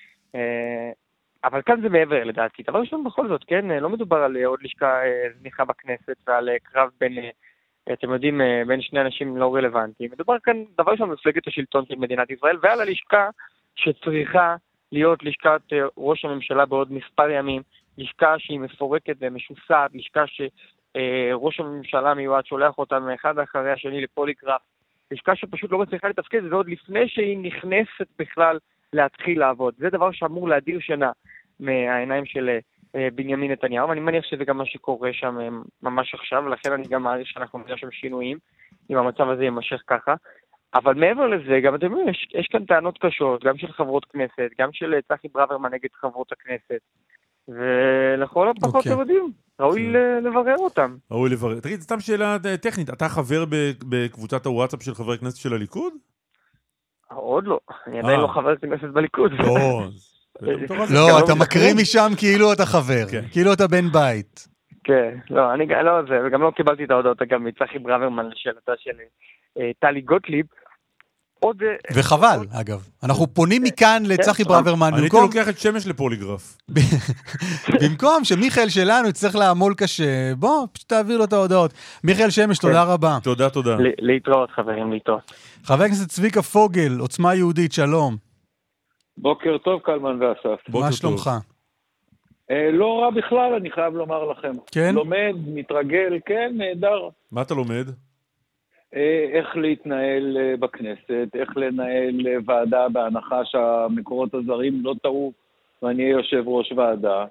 אבל כאן זה מעבר לדעתי. דבר ראשון בכל זאת, כן, לא מדובר על עוד לשכה זניחה בכנסת, ועל קרב בין... אתם יודעים, בין שני אנשים לא רלוונטיים. מדובר כאן דבר ראשון מפלגת השלטון של מדינת ישראל, ועל הלשכה שצריכה להיות לשכת ראש הממשלה בעוד מספר ימים, לשכה שהיא מפורקת ומשוסעת, לשכה ראש הממשלה מיועד שולח אותם אחד אחרי השני לפוליגרף, לשכה שפשוט לא מצליחה לתפקד, זה עוד לפני שהיא נכנסת בכלל להתחיל לעבוד. זה דבר שאמור להדיר שינה מהעיניים של בנימין נתניהו, ואני מניח שזה גם מה שקורה שם ממש עכשיו, ולכן אני גם מעריך שאנחנו נראה שם שינויים, אם המצב הזה יימשך ככה. אבל מעבר לזה, גם אתם יודעים, יש כאן טענות קשות, גם של חברות כנסת, גם של צחי ברוורמן נגד חברות הכנסת, ולכל הפחות אתם יודעים, ראוי לברר אותם.
ראוי לברר. תגיד, סתם שאלה טכנית, אתה חבר בקבוצת הוואטסאפ של חברי הכנסת של הליכוד?
עוד לא, אני עדיין לא חבר כנסת בליכוד.
לא, אתה מקריא משם כאילו אתה חבר, כאילו אתה בן בית.
כן, לא, אני לא זה, וגם לא קיבלתי את ההודעות, אגב, מצחי ברוורמן לשאלתה של טלי גוטליב.
וחבל, אגב. אנחנו פונים מכאן לצחי ברוורמן.
אני הייתי לוקח את שמש לפוליגרף.
במקום שמיכאל שלנו יצטרך לעמול קשה, בוא, פשוט תעביר לו את ההודעות. מיכאל שמש, תודה רבה.
תודה, תודה.
להתראות, חברים, להתראות.
חבר הכנסת צביקה פוגל, עוצמה יהודית, שלום.
בוקר טוב, קלמן ואסף.
מה שלומך?
לא רע בכלל, אני חייב לומר לכם.
כן?
לומד, מתרגל, כן, נהדר.
מה אתה לומד?
איך להתנהל בכנסת, איך לנהל ועדה בהנחה שהמקורות הזרים לא טעו, ואני אהיה יושב ראש ועדה.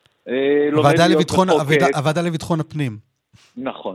הוועדה לביטחון הפנים.
נכון.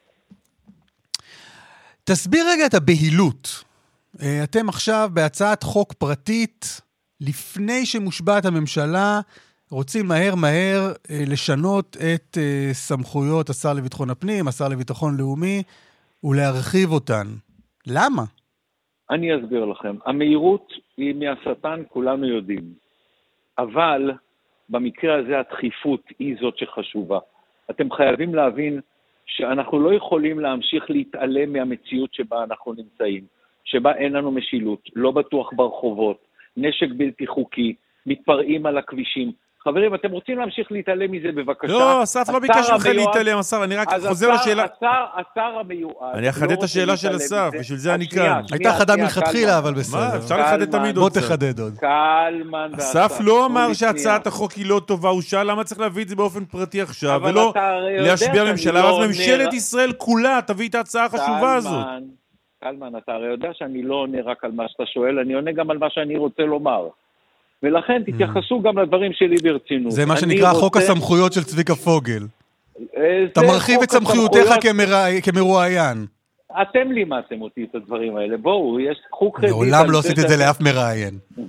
תסביר רגע את הבהילות. אתם עכשיו בהצעת חוק פרטית, לפני שמושבעת הממשלה, רוצים מהר לשנות את סמכויות השר לביטחון הפנים, השר לביטחון לאומי, ולהרחיב אותן. למה?
אני אסביר לכם. המהירות היא מהשטן, כולנו יודעים. אבל במקרה הזה הדחיפות היא זאת שחשובה. אתם חייבים להבין שאנחנו לא יכולים להמשיך להתעלם מהמציאות שבה אנחנו נמצאים, שבה אין לנו משילות, לא בטוח ברחובות, נשק בלתי חוקי, מתפרעים על הכבישים. חברים, אתם רוצים להמשיך להתעלם מזה, בבקשה.
לא, אסף לא ביקש ממך להתעלם, השר, אני רק חוזר לשאלה.
השר המיועד.
אני אחדד את השאלה של אסף, בשביל זה אני כאן.
הייתה חדה מלכתחילה, אבל בסדר.
מה, אפשר לחדד תמיד עוד.
בוא תחדד עוד.
קלמן ואסף.
אסף לא אמר שהצעת החוק היא לא טובה, הוא שאל למה צריך להביא את זה באופן פרטי עכשיו, ולא להשביע ממשלה, אז ממשלת ישראל כולה תביא את ההצעה החשובה הזאת.
קלמן, אתה הרי יודע שאני לא עונה רק על מה שאתה שואל, אני עונה גם על מה שאני רוצה לומר. ולכן תתייחסו גם לדברים שלי ברצינות.
זה מה שנקרא חוק הסמכויות של צביקה פוגל. אתה מרחיב את סמכויותיך כמרואיין.
אתם לימדתם אותי את הדברים האלה. בואו, יש חוק קרדיט.
לעולם לא עשית את זה לאף מראיין.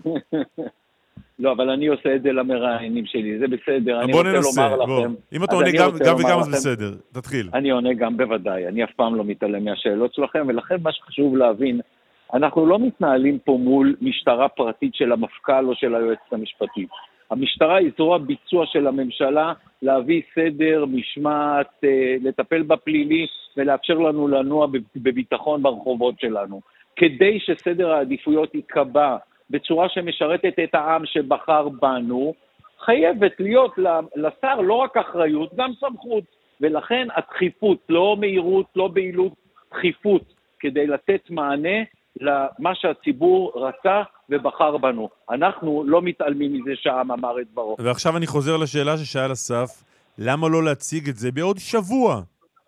לא, אבל אני עושה את זה למראיינים שלי, זה בסדר.
בוא ננסה, בוא. אם אתה עונה גם וגם אז בסדר, תתחיל.
אני עונה גם בוודאי, אני אף פעם לא מתעלם מהשאלות שלכם, ולכן מה שחשוב להבין, אנחנו לא מתנהלים פה מול משטרה פרטית של המפכ"ל או של היועצת המשפטית. המשטרה היא זרוע ביצוע של הממשלה להביא סדר, משמעת, לטפל בפלילי ולאפשר לנו לנוע בביטחון ברחובות שלנו. כדי שסדר העדיפויות יקבע בצורה שמשרתת את העם שבחר בנו, חייבת להיות לשר לא רק אחריות, גם סמכות. ולכן הדחיפות, לא מהירות, לא בהילות, דחיפות, כדי לתת מענה למה שהציבור רצה ובחר בנו. אנחנו לא מתעלמים מזה שהעם אמר את דברו.
ועכשיו אני חוזר לשאלה ששאל אסף, למה לא להציג את זה בעוד שבוע?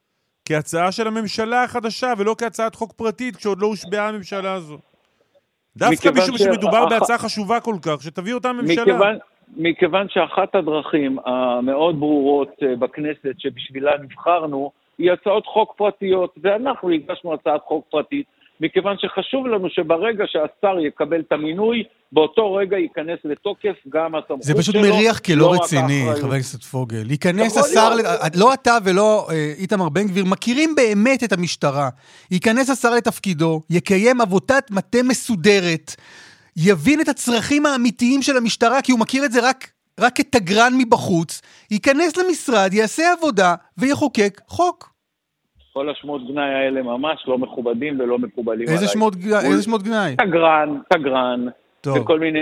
כהצעה של הממשלה החדשה, ולא כהצעת חוק פרטית, כשעוד לא הושבעה הממשלה הזו. דווקא משום שמדובר בהצעה חשובה כל כך, שתביא אותה הממשלה.
מכיוון שאחת הדרכים המאוד ברורות בכנסת שבשבילה נבחרנו, היא הצעות חוק פרטיות, ואנחנו הגשנו הצעת חוק פרטית, מכיוון שחשוב לנו שברגע שהשר יקבל את המינוי, באותו רגע ייכנס לתוקף גם הסמכות שלו.
זה פשוט מריח כלא רציני, חבר הכנסת פוגל. ייכנס השר, לא אתה ולא איתמר בן גביר, מכירים באמת את המשטרה. ייכנס השר לתפקידו, יקיים עבודת מטה מסודרת, יבין את הצרכים האמיתיים של המשטרה, כי הוא מכיר את זה רק כתגרן מבחוץ, ייכנס למשרד, יעשה עבודה ויחוקק חוק.
כל השמות גנאי האלה ממש לא מכובדים ולא מקובלים עליי.
איזה שמות גנאי?
תגרן.
טוב.
וכל מיני...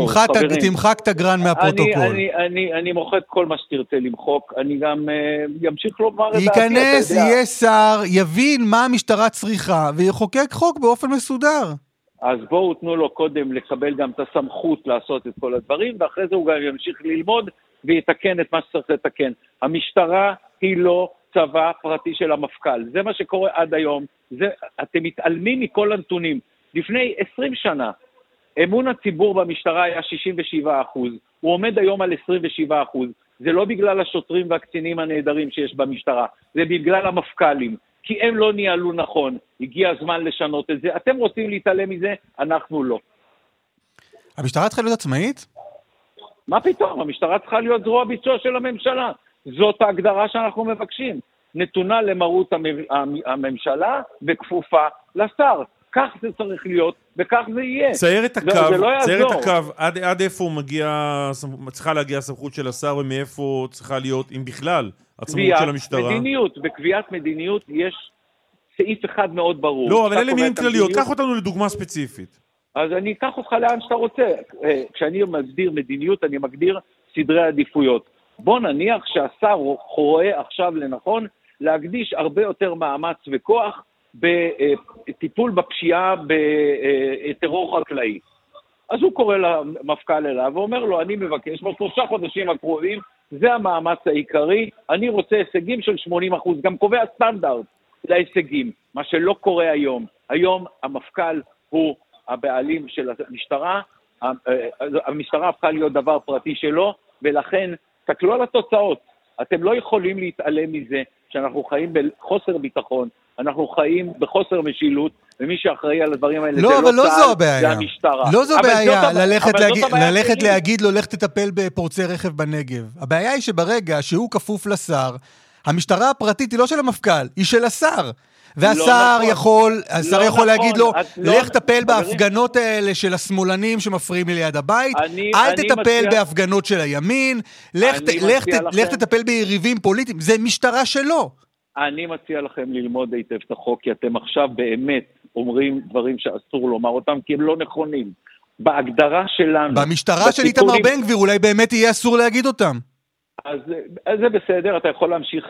תמחק תגרן מהפרוטוקול.
אני מוחק כל מה שתרצה למחוק. אני גם ימשיך לומר את דעתי.
ייכנס, יהיה שר, יבין מה המשטרה צריכה, ויחוקק חוק באופן מסודר.
אז בואו תנו לו קודם לקבל גם את הסמכות לעשות את כל הדברים, ואחרי זה הוא גם ימשיך ללמוד ויתקן את מה שצריך לתקן. המשטרה היא לא צבא פרטי של המפכ"ל. זה מה שקורה עד היום. אתם מתעלמים מכל הנתונים. לפני 20 שנה, אמון הציבור במשטרה היה 67%. הוא עומד היום על 27%. זה לא בגלל השוטרים והקצינים הנהדרים שיש במשטרה. זה בגלל המפכ"לים. כי הם לא ניהלו נכון. הגיע הזמן לשנות את זה. אתם רוצים להתעלם מזה? אנחנו לא.
המשטרה צריכה להיות עצמאית?
מה פתאום? המשטרה צריכה להיות זרוע ביצוע של הממשלה. זאת ההגדרה שאנחנו מבקשים. נתונה למרות הממשלה וכפופה לשר. כך זה צריך להיות, וכך זה יהיה.
צייר את הקו, עד איפה צריכה להגיע הסמכות של השר, ומאיפה צריכה להיות, אם בכלל, עצמאות של המשטרה.
מדיניות, בקביעת מדיניות יש סעיף אחד מאוד ברור.
לא, אבל אלה מילים כלליות. קח אותנו לדוגמה ספציפית.
אז אני אקח אותך לאן שאתה רוצה. כשאני מגדיר מדיניות, אני מגדיר סדרי עדיפויות. בוא נניח שהשר רואה עכשיו לנכון להקדיש הרבה יותר מאמץ וכוח בטיפול בפשיעה בטרור חקלאי. אז הוא קורא למפכ"ל אליו ואומר לו, אני מבקש, ב3 חודשים הקרובים, זה המאמץ העיקרי, אני רוצה הישגים של 80%, גם קובע סטנדרט להישגים, מה שלא קורה היום. היום המפכ"ל הוא הבעלים של המשטרה, המשטרה הפכה להיות דבר פרטי שלו, ולכן תקלו על התוצאות. אתם לא יכולים להתעלם מזה שאנחנו חיים בחוסר ביטחון, אנחנו חיים בחוסר משילות, ומי שאחראי על הדברים האלה
לא,
זה
אבל
לא צה"ל,
זה
המשטרה.
לא זו בעיה ללכת להגיד לו, לך תטפל בפורצי רכב בנגב. הבעיה היא שברגע שהוא כפוף לשר, המשטרה הפרטית היא לא של המפכ"ל, היא של השר. והשר יכול להגיד לו, לך תטפל בהפגנות האלה של השמאלנים שמפריעים לי ליד הבית, אל תטפל בהפגנות של הימין, לך תטפל ביריבים פוליטיים, זה משטרה שלו.
אני מציע לכם ללמוד היטב את החוק, כי אתם עכשיו באמת אומרים דברים שאסור לומר אותם, כי הם לא נכונים. בהגדרה שלנו...
במשטרה של איתמר בן גביר, אולי באמת יהיה אסור להגיד אותם.
אז זה בסדר, אתה יכול להמשיך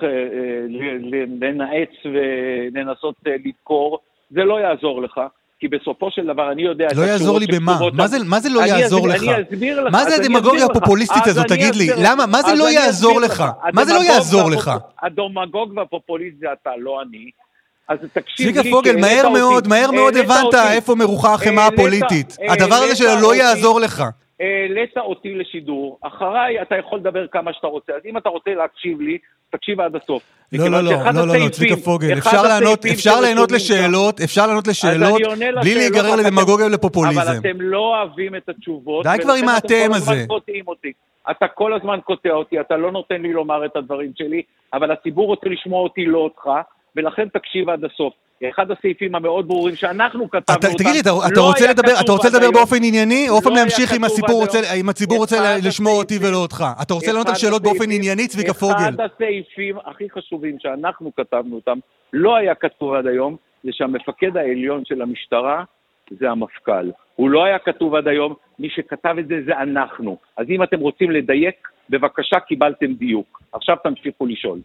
לנעץ ולנסות לדקור, זה לא יעזור לך, כי בסופו של דבר אני יודע...
לא יעזור לי במה? מה זה לא יעזור לך? מה זה הדמגוגיה הפופוליסטית הזאת? תגיד לי, למה? מה זה לא יעזור לך? מה זה לא יעזור לך?
הדמגוג והפופוליסט זה אתה, לא אני. אז תקשיב לי...
צביקה פוגל, מהר מאוד הבנת איפה מרוחה החמה הפוליטית. הדבר הזה שלו לא יעזור לך.
העלית אותי לשידור, אחריי אתה יכול לדבר כמה שאתה רוצה, אז אם אתה רוצה להקשיב לי, תקשיב עד הסוף.
לא, צביקה פוגל, אפשר לענות לשאלות, בלי להיגרר לדמגוגיה ולפופוליזם.
אבל אתם לא אוהבים את התשובות.
די כבר עם האתם הזה.
אתה כל הזמן קוטע אותי, אתה לא נותן לי לומר את הדברים שלי, אבל הציבור רוצה לשמוע אותי, לא אותך, ולכן תקשיב עד הסוף. אחד הסעיפים המאוד ברורים שאנחנו כתבנו אותם.
תגיד לי, אתה רוצה לדבר באופן ענייני, או פעם להמשיך אם הציבור רוצה לשמוע אותי ולא אותך? אתה רוצה לענות על שאלות באופן ענייני, צביקה פוגל?
אחד הסעיפים הכי חשובים שאנחנו כתבנו אותם, לא היה כתוב עד היום, זה שהמפקד העליון של המשטרה זה המפכ"ל. הוא לא היה כתוב עד היום, מי שכתב את זה זה אנחנו. אז אם אתם רוצים לדייק, בבקשה קיבלתם דיוק. עכשיו תמשיכו לשאול.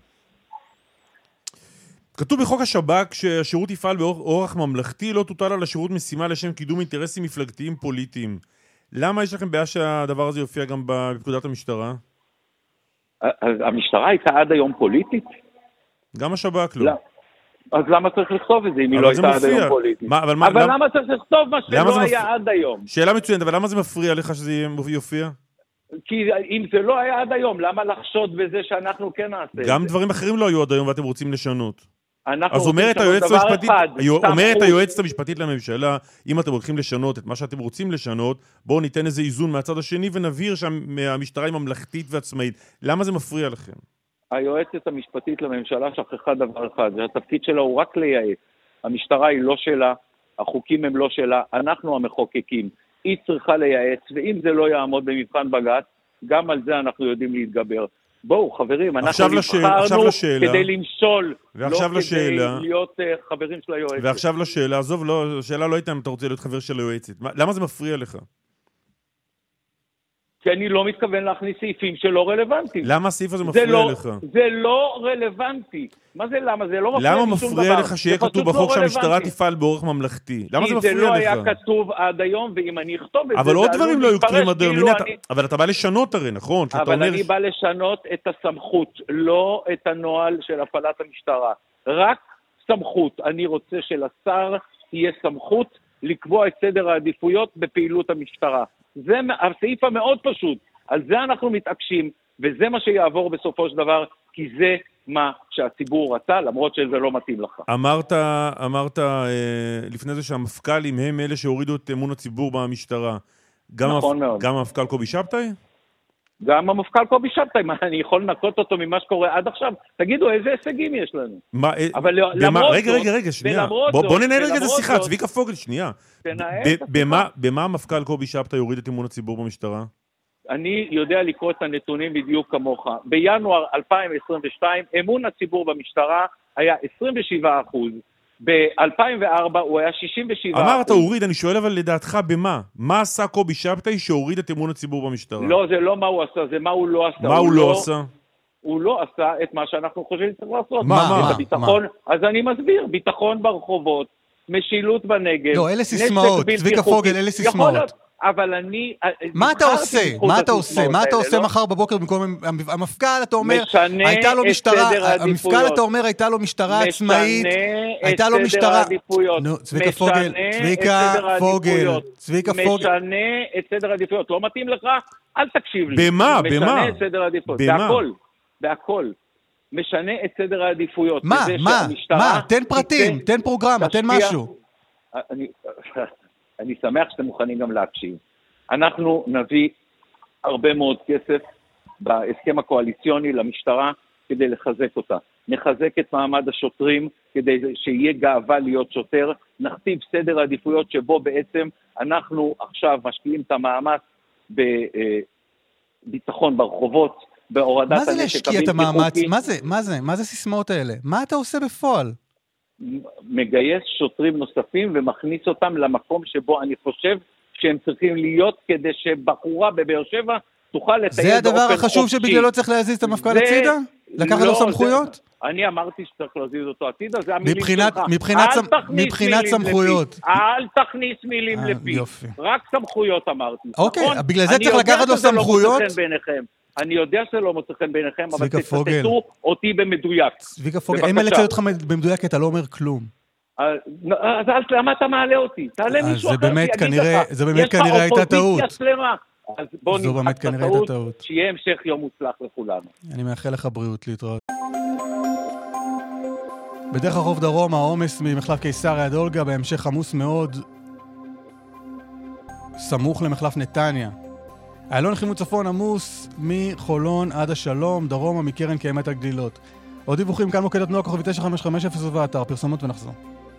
כתוב בחוק השב"כ שהשירות יפעל באורח ממלכתי, לא תוטל על השירות משימה לשם קידום אינטרסים מפלגתיים פוליטיים. למה יש לכם בעיה שהדבר הזה יופיע גם בפקודת המשטרה?
המשטרה הייתה עד היום פוליטית?
גם השב"כ לא.
אז למה צריך לכתוב את זה אם היא לא הייתה עד היום פוליטית? אבל למה צריך לכתוב מה שלא היה עד היום?
שאלה מצוינת, אבל למה זה מפריע לך שזה יופיע?
כי אם זה לא היה עד היום, למה לחשוד בזה שאנחנו כן נעשה את זה?
גם דברים אחרים לא היו עד היום ואתם רוצים לשנות. אז אומרת היועצת המשפטית לממשלה, אם אתם הולכים לשנות את מה שאתם רוצים לשנות, בואו ניתן איזה איזון מהצד השני ונבהיר שהמשטרה היא ממלכתית ועצמאית. למה זה מפריע לכם?
היועצת המשפטית לממשלה שכחה דבר אחד, התפקיד שלה הוא רק לייעץ. המשטרה היא לא שלה, החוקים הם לא שלה, אנחנו המחוקקים. היא צריכה לייעץ, ואם זה לא יעמוד במבחן בג"ץ, גם על זה אנחנו יודעים להתגבר. בואו, חברים, אנחנו נבחרנו כדי למשול, לא כדי להיות חברים של היועצת.
ועכשיו לשאלה, עזוב, השאלה לא הייתה אם אתה רוצה להיות חבר של היועצת. למה זה מפריע לך?
כי אני לא מתכוון להכניס סעיפים שלא רלוונטיים.
למה הסעיף הזה מפריע לך?
זה לא רלוונטי. מה זה למה? זה לא מפריע
למה מפריע לך שיהיה כתוב בחוק שהמשטרה תפעל באורח ממלכתי? למה זה מפריע לך?
כי זה לא היה כתוב עד היום, ואם אני אכתוב את זה...
אבל עוד דברים לא היו כתובים עד היום. אבל אתה בא לשנות הרי, נכון?
אבל אני בא לשנות את הסמכות, לא את הנוהל של הפעלת המשטרה. רק סמכות. אני רוצה שלשר תהיה סמכות לקבוע את סדר העדיפויות בפעילות המשטרה. זה הסעיף המאוד פשוט. על זה אנחנו מתעקשים, וזה מה שיעבור בסופו של דבר, כי זה מה שהציבור רצה, למרות שזה לא מתאים לך.
אמרת לפני זה שהמפכ"לים הם אלה שהורידו את אמון הציבור במשטרה.
נכון מאוד.
גם המפכ"ל קובי שבתאי?
גם המפכ"ל קובי שבתאי, אני יכול לנקות אותו ממה שקורה עד עכשיו? תגידו, איזה הישגים יש לנו?
רגע, שנייה. בוא ננהל רגע את השיחה, צביקה פוגל, שנייה. במה המפכ"ל קובי שבתאי יוריד את אמון הציבור במשטרה?
אני יודע לקרוא את הנתונים בדיוק כמוך. בינואר 2022, אמון הציבור במשטרה היה 27%. ב-2004 הוא היה 67%.
אמרת, הוריד, אני שואל אבל לדעתך במה? מה עשה קובי שבתאי שהוריד את אמון הציבור במשטרה?
לא, זה לא מה הוא עשה, זה מה הוא לא עשה.
מה הוא לא עשה?
הוא לא עשה את מה שאנחנו חושבים שצריך לעשות.
מה?
אז אני מסביר, ביטחון ברחובות, משילות בנגב.
לא, אלה סיסמאות, צביקה פוגל, אלה סיסמאות.
אבל אני...
מה אתה עושה? מה אתה עושה מחר בבוקר במקום המפכ"ל? אתה אומר, הייתה לו משטרה, המפכ"ל אתה אומר, הייתה לו משטרה עצמאית, הייתה לו משטרה... צביקה פוגל,
משנה את סדר העדיפויות. לא מתאים לך? אל תקשיב לי.
במה?
משנה את סדר העדיפויות. בהכל. משנה את סדר העדיפויות.
מה? תן פרטים, תן פרוגרמה, תן משהו.
אני שמח שאתם מוכנים גם להקשיב. אנחנו נביא הרבה מאוד כסף בהסכם הקואליציוני למשטרה כדי לחזק אותה. נחזק את מעמד השוטרים כדי שיהיה גאווה להיות שוטר. נכתיב סדר העדיפויות שבו בעצם אנחנו עכשיו משקיעים את המאמץ בביטחון ברחובות, בהורדת הנשק הבלתי חוקי.
מה זה להשקיע את המאמץ? מה זה סיסמאות האלה? מה אתה עושה בפועל?
מגייס שוטרים נוספים ומכניס אותם למקום שבו אני חושב שהם צריכים להיות כדי שבחורה בבאר שבע תוכל לטייל באופן חופשי.
זה הדבר החשוב שבגללו צריך להזיז את המפכ"ל הצידה? לקחת לו סמכויות?
אני אמרתי שצריך להזיז אותו הצידה, זה המילים שלך.
מבחינת סמכויות.
אל תכניס מילים לפי. רק סמכויות אמרתי.
אוקיי, בגלל זה צריך לקחת לו סמכויות?
אני יודע שזה לא מוצא חן בעיניכם, אבל תצטטו אותי במדויק.
צביקה פוגל, אין מה לצטט אותך במדויק, כי אתה לא אומר כלום.
אז למה אתה מעלה אותי? תעלה מישהו אחר,
זה באמת כנראה הייתה טעות.
אז בוא נצחק את הטעות, שיהיה המשך יום מוצלח לכולנו.
אני מאחל לך בריאות, להתראות. בדרך הרחוב דרום, העומס ממחלף קיסריה עד אולגה, בהמשך עמוס מאוד, סמוך למחלף נתניה. איילון חימוד צפון עמוס מחולון עד השלום, דרומה מקרן קיימת הגלילות. עוד דיווחים כאן מוקד התנועה כוכבי 9550 ובאתר, פרסומות ונחזור.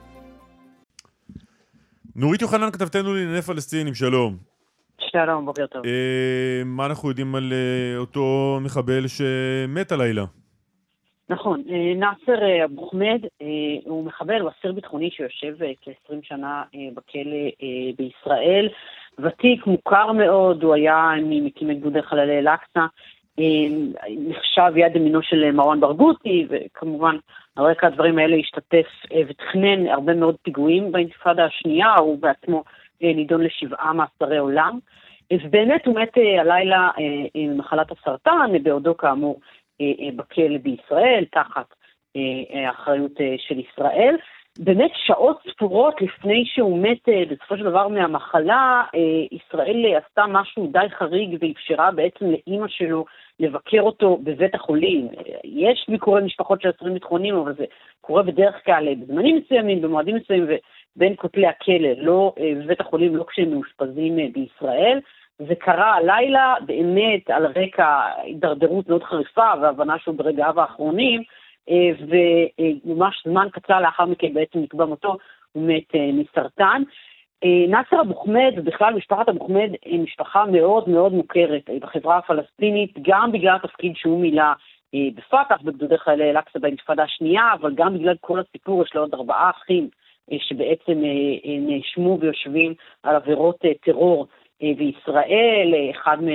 נורית יוחנן, כתבתנו לענייני פלסטינים, שלום.
שלום, בוקר טוב.
מה אנחנו יודעים על אותו מחבל שמת הלילה?
נכון, נאסר אבו חמיד הוא מחבל, הוא אסיר ביטחוני שיושב כ-20 שנה בכלא בישראל. ותיק, מוכר מאוד, הוא היה ממקימי גדודי חללי אל-אקצא, נחשב יד ימינו של מרואן ברגותי, וכמובן על רקע הדברים האלה השתתף ותכנן הרבה מאוד פיגועים באינתיפאדה השנייה, הוא בעצמו נידון ל7 מאסרי עולם, ובאמת הוא מת הלילה ממחלת הסרטן, בעודו כאמור בכלא בישראל, תחת האחריות של ישראל. באמת שעות ספורות לפני שהוא מת בסופו של דבר מהמחלה, ישראל עשתה משהו די חריג ואפשרה בעצם לאמא שלו לבקר אותו בבית החולים. יש ביקורי משפחות של אסירים ביטחוניים, אבל זה קורה בדרך כלל בזמנים מסוימים, במועדים מסוימים ובין כותלי הכלא, לא בבית החולים, לא כשהם מאושפזים בישראל. זה קרה הלילה באמת על רקע הידרדרות מאוד חריפה והבנה שהוא ברגעיו האחרונים, וממש זמן קצר לאחר מכן בעצם נקבע מותו, הוא מת מסרטן. נאסר אבו חמיד, ובכלל משפחת אבו חמיד, היא משפחה מאוד מאוד מוכרת בחברה הפלסטינית, גם בגלל התפקיד שהוא מילא בפתח, בגדודי חיילי אל-אקצא באינתיפאדה השנייה, אבל גם בגלל כל הסיפור, יש לו עוד 4 אחים שבעצם נאשמו ויושבים על עבירות טרור בישראל, אחד מהם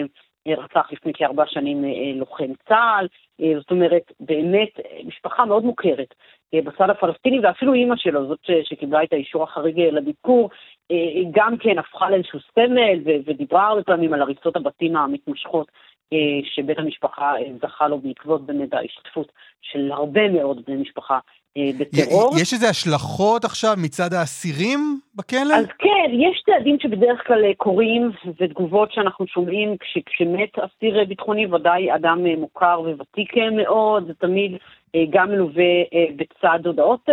רצח לפני כ4 שנים לוחם צה"ל, זאת אומרת, באמת משפחה מאוד מוכרת בצד הפלסטיני, ואפילו אימא שלו, זאת שקיבלה את האישור החריג לביקור, גם כן הפכה לאיזשהו סמל, ודיברה הרבה פעמים על הריסות הבתים המתמשכות, שבית המשפחה זכה לו בעקבות באמת ההשתתפות של הרבה מאוד בני משפחה בטרור.
יש איזה השלכות עכשיו מצד האסירים בכלא?
אז כן, יש צעדים שבדרך כלל קורים, ותגובות שאנחנו שומעים כשמת אסיר ביטחוני, ודאי אדם מוכר וותיק מאוד, זה תמיד גם מלווה בצד הודעות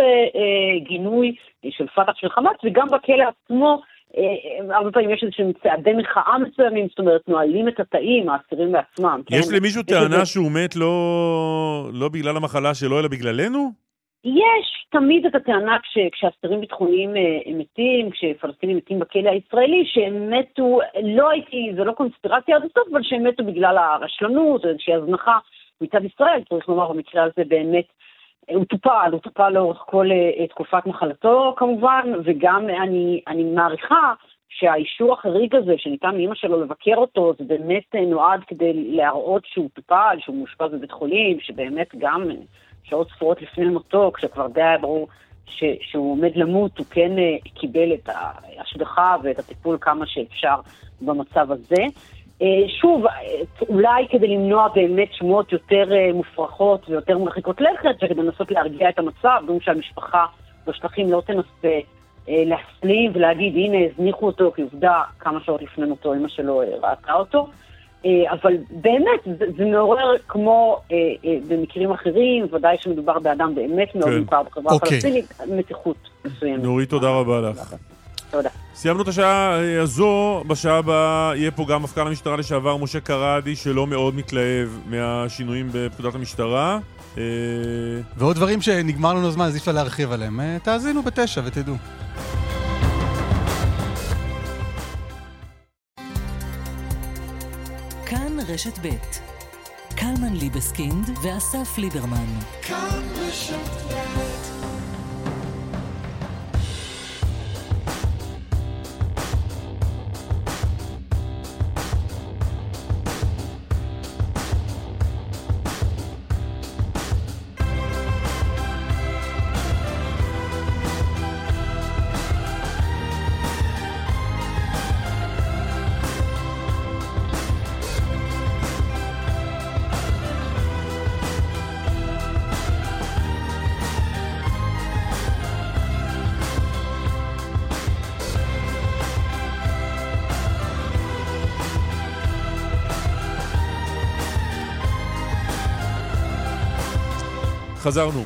גינוי של פתח של חמאס, וגם בכלא עצמו, הרבה פעמים יש איזשהם צעדי מחאה מסוימים, זאת אומרת, נועלים את התאים, האסירים בעצמם.
יש למישהו טענה שהוא מת לא בגלל המחלה שלו, אלא בגללנו?
יש תמיד את הטענה כשאסירים ביטחוניים מתים, כשפלסטינים מתים בכלא הישראלי, שהם מתו, זה לא קונספירציה עד הסוף, אבל שהם מתו בגלל הרשלנות, או איזושהי הזנחה מצד ישראל, צריך לומר, במקרה הזה באמת, הוא טופל לאורך כל תקופת מחלתו כמובן, וגם אני מעריכה שהאישור החריג הזה שניתן מאמא שלו לבקר אותו, זה באמת נועד כדי להראות שהוא טופל, שהוא מושפע בבית חולים, שבאמת גם שעות ספורות לפני מותו, כשכבר די היה ברור שהוא עומד למות, הוא כן קיבל את ההשגחה ואת הטיפול כמה שאפשר במצב הזה. שוב, אולי כדי למנוע באמת שמועות יותר מופרכות ויותר מרחיקות לכת, וכדי לנסות להרגיע את המצב, גם שהמשפחה בשטחים לא תנסה להסלים ולהגיד, הנה, הזניחו אותו, כי עובדה כמה שעות לפני מותו, אמא שלו ראתה אותו. אבל באמת, זה מעורר כמו במקרים אחרים, ודאי שמדובר באדם באמת מאוד מוכר בחברה הפלסטינית, מתיחות מסוימת.
נורית, תודה רבה לך.
תודה.
סיימנו את השעה הזו, בשעה הבאה יהיה פה גם מפכ"ל המשטרה לשעבר משה קראדי, שלא מאוד מתלהב מהשינויים בפקודת המשטרה.
ועוד דברים שנגמר לנו זמן, אז אי אפשר להרחיב עליהם. תאזינו ב9 ותדעו.
כאן רשת ב' קלמן ליבסקינד ואסף ליברמן. כאן רשת ב'.
חזרנו.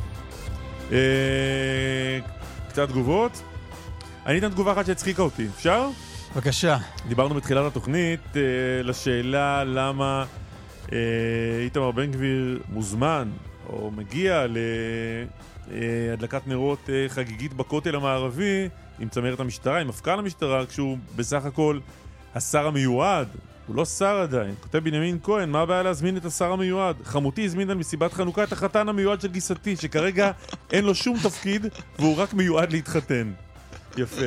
קצת תגובות. אני אתן תגובה אחת שהצחיקה אותי. אפשר?
בבקשה.
דיברנו בתחילת התוכנית לשאלה למה איתמר בן גביר מוזמן או מגיע להדלקת נרות חגיגית בכותל המערבי עם צמרת המשטרה, עם מפכ"ל המשטרה, כשהוא בסך הכל השר המיועד. הוא לא שר עדיין. כותב בנימין כהן, מה הבעיה להזמין את השר המיועד? חמותי הזמין על מסיבת חנוכה את החתן המיועד של גיסתי, שכרגע אין לו שום תפקיד, והוא רק מיועד להתחתן. יפה.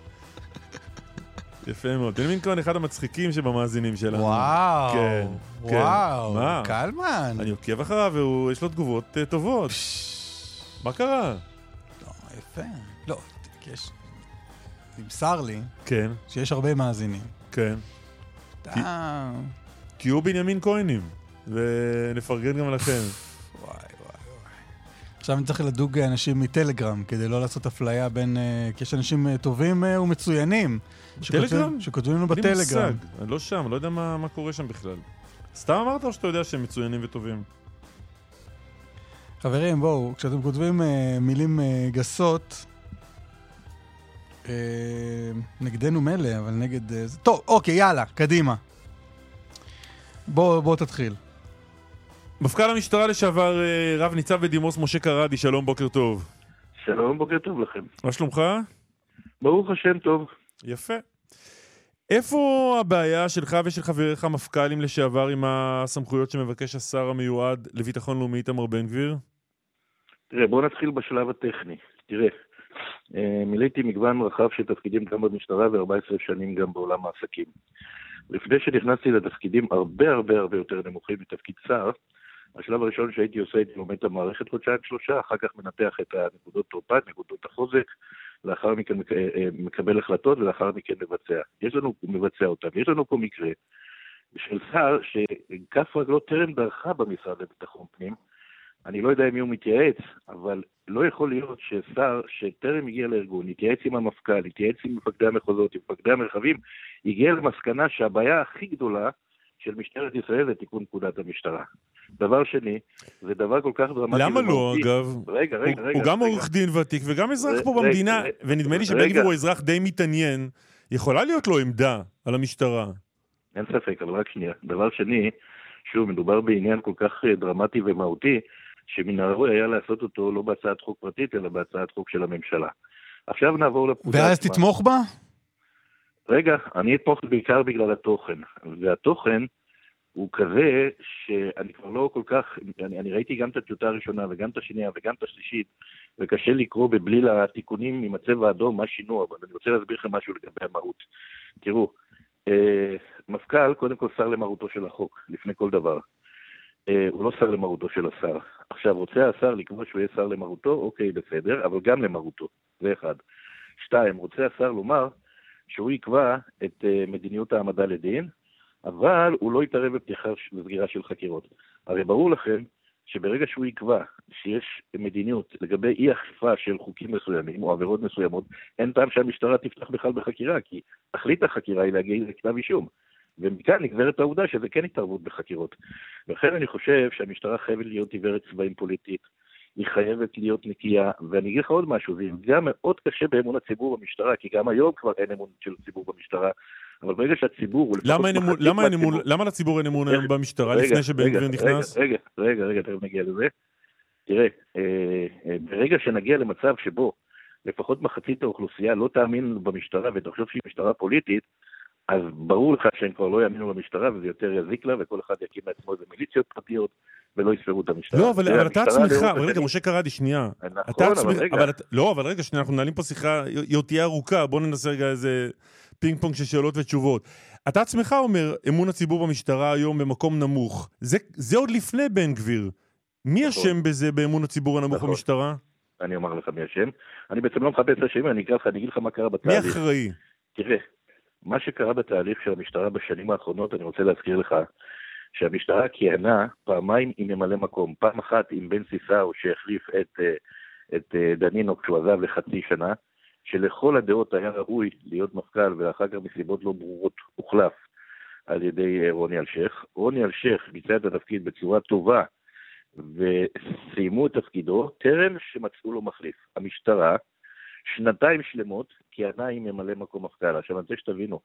יפה מאוד. בנימין כהן אחד המצחיקים שבמאזינים שלנו.
וואו.
כן.
וואו.
מה?
קלמן.
אני עוקב אחריו ויש לו תגובות טובות. מה קרה?
לא, יפה. לא, יש... נמסר לי.
כן.
שיש הרבה מאזינים.
כן. כי הוא בנימין כהנים, ונפרגן גם לכם.
וואי. עכשיו אני צריך לדוג אנשים מטלגרם, כדי לא לעשות אפליה בין... כי יש אנשים טובים ומצוינים.
טלגרם?
שכותבים לנו בטלגרם.
אני לא שם, לא יודע מה קורה שם בכלל. סתם אמרת או שאתה יודע שהם מצוינים וטובים?
חברים, בואו, כשאתם כותבים מילים גסות, נגדנו מלא, אבל נגד... טוב, אוקיי, יאללה, קדימה. בוא תתחיל.
מפכ"ל המשטרה לשעבר רב ניצב בדימוס משה קראדי, שלום, בוקר טוב.
שלום, בוקר טוב לכם.
מה שלומך?
ברוך השם טוב.
יפה. איפה הבעיה שלך ושל חבריך מפכ"לים לשעבר עם הסמכויות שמבקש השר המיועד לביטחון לאומי איתמר בן גביר?
תראה, בוא נתחיל בשלב הטכני. תראה, מילאתי מגוון רחב של תפקידים גם במשטרה ו14 שנים גם בעולם העסקים. לפני שנכנסתי לתפקידים הרבה יותר נמוכים מתפקיד שר, השלב הראשון שהייתי עושה, הייתי לומד את המערכת חודשיים-שלושה, אחר כך מנתח את הנקודות תורפת, נקודות החוזק, לאחר מכן מקבל החלטות ולאחר מכן מבצע אותם. יש לנו פה מקרה של שר שכף רגלו טרם דרכה במשרד לביטחון פנים. אני לא יודע אם הוא מתייעץ, אבל לא יכול להיות ששר שטרם הגיע לארגון, התייעץ עם המפכ"ל, התייעץ עם מפקדי המחוזות, עם מפקדי המרחבים, הגיע למסקנה שהבעיה הכי גדולה של משטרת ישראל זה תיקון פקודת המשטרה. דבר שני, זה דבר כל כך דרמטי.
למה לא, אגב?
רגע.
הוא גם עורך דין ותיק וגם אזרח פה במדינה, ונדמה לי שבן גביר הוא אזרח די מתעניין, יכולה להיות לו עמדה על המשטרה.
אין ספק, אבל רק שנייה. דבר שני, שוב, מדובר בעניין כל כך דרמטי ומהותי, שמן הראוי היה לעשות אותו לא בהצעת חוק פרטית, אלא בהצעת חוק של הממשלה. עכשיו נעבור לפקודה.
ואז תתמוך בה?
רגע, אני אתמוך בעיקר בגלל התוכן. והתוכן הוא כזה שאני כבר לא כל כך, אני ראיתי גם את הטיוטה הראשונה וגם את השנייה וגם את השלישית, וקשה לקרוא בבליל התיקונים עם הצבע האדום מה שינו, אבל אני רוצה להסביר לכם משהו לגבי המהות. תראו, מפכ"ל קודם כל שר למהותו של החוק, לפני כל דבר. הוא לא שר למהותו של השר. עכשיו, רוצה השר לקבוע שהוא יהיה שר למהותו? אוקיי, בסדר, אבל גם למהותו. זה אחד. 2, רוצה השר לומר שהוא יקבע את מדיניות העמדה לדין, אבל הוא לא יתערב בפתיחה וסגירה של חקירות. הרי ברור לכם שברגע שהוא יקבע שיש מדיניות לגבי אי אכיפה של חוקים מסוימים או עבירות מסוימות, אין טעם שהמשטרה תפתח בכלל בחקירה, כי תכלית החקירה היא להגיע לכתב אישום. ומכאן נגזרת העובדה שזה כן התערבות בחקירות. ולכן אני חושב שהמשטרה חייבת להיות עיוורת צבעים פוליטית, היא חייבת להיות נקייה, ואני אגיד לך עוד משהו, זה גם מאוד קשה באמון הציבור במשטרה, כי גם היום כבר אין אמון של הציבור במשטרה, אבל ברגע שהציבור...
למה לציבור אין אמון היום במשטרה לפני שבן גביר נכנס?
רגע, תכף נגיע לזה. תראה, ברגע שנגיע למצב שבו לפחות מחצית האוכלוסייה לא תאמין במשטרה ותחשוב שהיא משטרה פוליטית, אז ברור לך שהם כבר לא יאמינו למשטרה, וזה יותר יזיק לה, וכל אחד יקים לעצמו איזה מיליציות פרטיות, ולא יספרו את המשטרה.
לא, אבל אתה עצמך, רגע, משה קראדי, שנייה.
נכון, אבל רגע.
לא, אבל רגע, שנייה, אנחנו מנהלים פה שיחה, היא תהיה ארוכה, בוא ננסה רגע איזה פינג פונג של שאלות ותשובות. אתה עצמך אומר, אמון הציבור במשטרה היום במקום נמוך. זה עוד לפני בן גביר. מי אשם בזה באמון הציבור הנמוך במשטרה?
אני אומר לך מי אשם. אני בעצם לא מחפש אשם, אני אגיד לך מה קרה בתהליך.
מי אחראי?
תראה, מה שקרה בתהליך של המשטרה בשנים האחרונות, אני רוצה להזכיר לך שהמשטרה כיהנה פעמיים עם ממלא מקום. פעם אחת עם בן סיסאו שהחליף את דנינו כשהוא עזב לחצי שנה, שלכל הדעות היה ראוי להיות מפכ"ל, ואחר כך מסיבות לא ברורות הוחלף על ידי רוני אלשיך. רוני אלשיך ביצע את התפקיד בצורה טובה, וסיימו את תפקידו, טרם שמצאו לו מחליף. המשטרה, שנתיים שלמות, כיהנה עם ממלא מקום מפכ"ל. עכשיו אני רוצה שתבינו,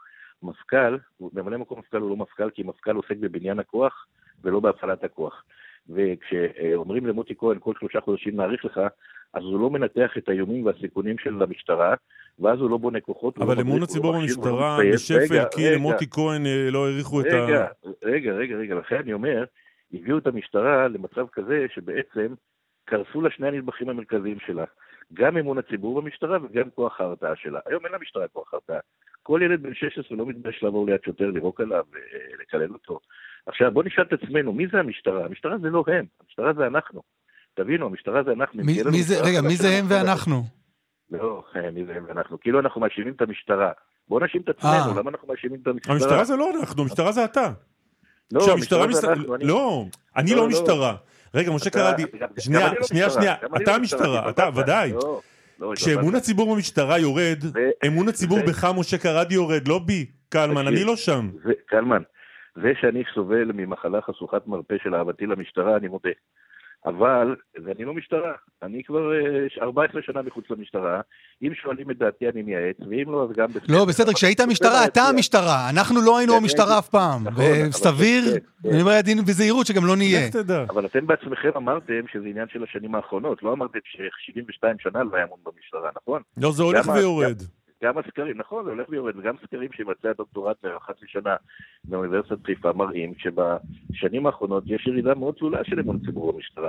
ממלא מקום מפכ"ל הוא לא מפכ"ל, כי מפכ"ל עוסק בבניין הכוח, ולא בהפעלת הכוח. וכשאומרים למוטי כהן כל 3 חודשים נאריך לך, אז הוא לא מנתח את האיומים והסיכונים של המשטרה, ואז הוא לא בונה כוחות.
אבל אמון הציבור במשטרה, בשפל, כי למוטי כהן לא העריכו את ה...
רגע, לכן אני אומר, הביאו את המשטרה למצב כזה שבעצם קרסו לה שני הנדבכים המרכזיים שלה. גם אמון הציבור במשטרה וגם כוח ההרתעה שלה. היום אין למשטרה כוח הרתעה. כל ילד בן 16 לא מתבייש לעבור ליד שוטר, לירוק עליו ולקלל אותו. עכשיו בוא נשאל את עצמנו, מי זה המשטרה? המשטרה זה לא הם, המשטרה זה אנחנו. תבינו, המשטרה זה אנחנו.
מי זה הם ואנחנו?
לא, מי זה הם ואנחנו. כאילו אנחנו מאשימים את המשטרה. בוא נאשים את עצמנו, למה אנחנו מאשימים את המשטרה?
המשטרה זה לא אנחנו, המשטרה זה אתה.
לא, המשטרה זה אנחנו.
לא, אני לא משטרה. רגע, משה קראדי, שנייה, אתה המשטרה, אתה, ודאי. כשאמון הציבור במשטרה יורד, אמון הציבור בך, משה קראדי, יורד, לא בי, קלמן, אני לא שם.
קלמן, זה שאני סובל ממחלה חשוכת מרפא של אהבתי למשטרה, אני מודה. אבל, אני לא משטרה, אני כבר 14 שנה מחוץ למשטרה, אם שואלים את דעתי אני מייעץ, ואם לא אז גם...
לא, בסדר, כשהיית המשטרה, אתה המשטרה, אנחנו לא היינו המשטרה אף פעם, וסביר, אני אומר דין בזהירות שגם לא נהיה.
אבל אתם בעצמכם אמרתם שזה עניין של השנים האחרונות, לא אמרתם ש72 שנה לא היה אמון במשטרה, נכון?
לא, זה הולך ויורד.
גם הסקרים, נכון, זה הולך ויורד, וגם סקרים שמבצע דוקטורט חצי שנה באוניברסיטת חיפה מראים שבשנים האחרונות יש ירידה מאוד תלולה של אמון הציבור במשטרה.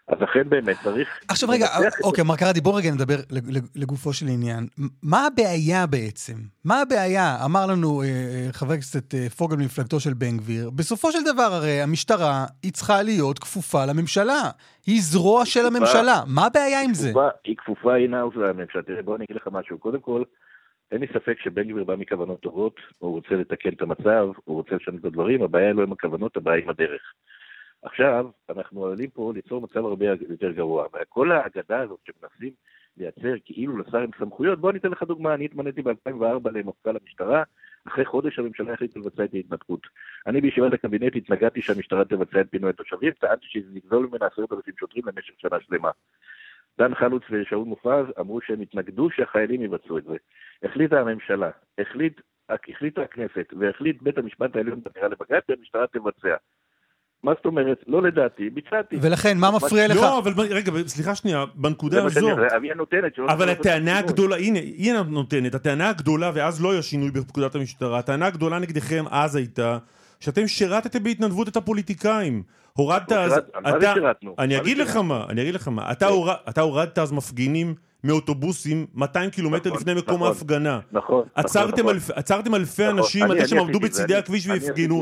אז לכן באמת צריך...
עכשיו רגע, אוקיי, מר קראדי, בוא רגע נדבר לגופו של עניין. מה הבעיה בעצם? מה הבעיה? אמר לנו חבר הכנסת פוגל ממפלגתו של בן גביר, בסופו של דבר הרי המשטרה היא צריכה להיות כפופה לממשלה. היא זרוע של הממשלה. מה הבעיה עם זה?
היא כפופה, היא נאוס לממשלה. תראה, בוא אני אגיד לך משהו. קודם כל, אין לי ספק שבן גביר בא מכוונות טובות, הוא רוצה לתקן את המצב, הוא רוצה לשנות את הדברים, הבעיה לא עם הכוונות, הבעיה עם הדרך. עכשיו, אנחנו עולים פה ליצור מצב הרבה יותר גרוע. כל ההגדה הזאת שמנסים לייצר כאילו לשר עם סמכויות, בוא ניתן לך דוגמה, אני התמניתי ב-2004 למפכ"ל המשטרה, אחרי חודש הממשלה החליטה לבצע את ההתנתקות. אני בישיבת הקבינט התנגדתי שהמשטרה תבצע את פינוי התושבים, טענתי שזה נגזול ממנה 10,000 שוטרים למשך שנה שלמה. דן חלוץ ושאול מופז אמרו שהם התנגדו שהחיילים יבצעו את זה. החליטה הממשלה, החליטה הכנסת, והחליט בית המשפט העליון בעתירה לבג"ץ, והמשטרה תבצע. מה זאת אומרת? לא לדעתי, ביצעתי.
ולכן, מה מפריע לך?
לא, אבל רגע, סליחה שנייה, בנקודה הזו. אבל הטענה הגדולה, הנה, היא נותנת, הטענה הגדולה, ואז לא היה שינוי בפקודת המשטרה, הטענה הגדולה נגדכם אז הייתה, שאתם שירתתם בהתנדבות את הפוליטיקאים. הורדת אז... אני אגיד לך מה, אתה הורדת אז מפגינים מאוטובוסים 200 קילומטר לפני מקום ההפגנה. עצרתם אלפי אנשים, עד שהם עמדו בצידי הכביש והפגינו.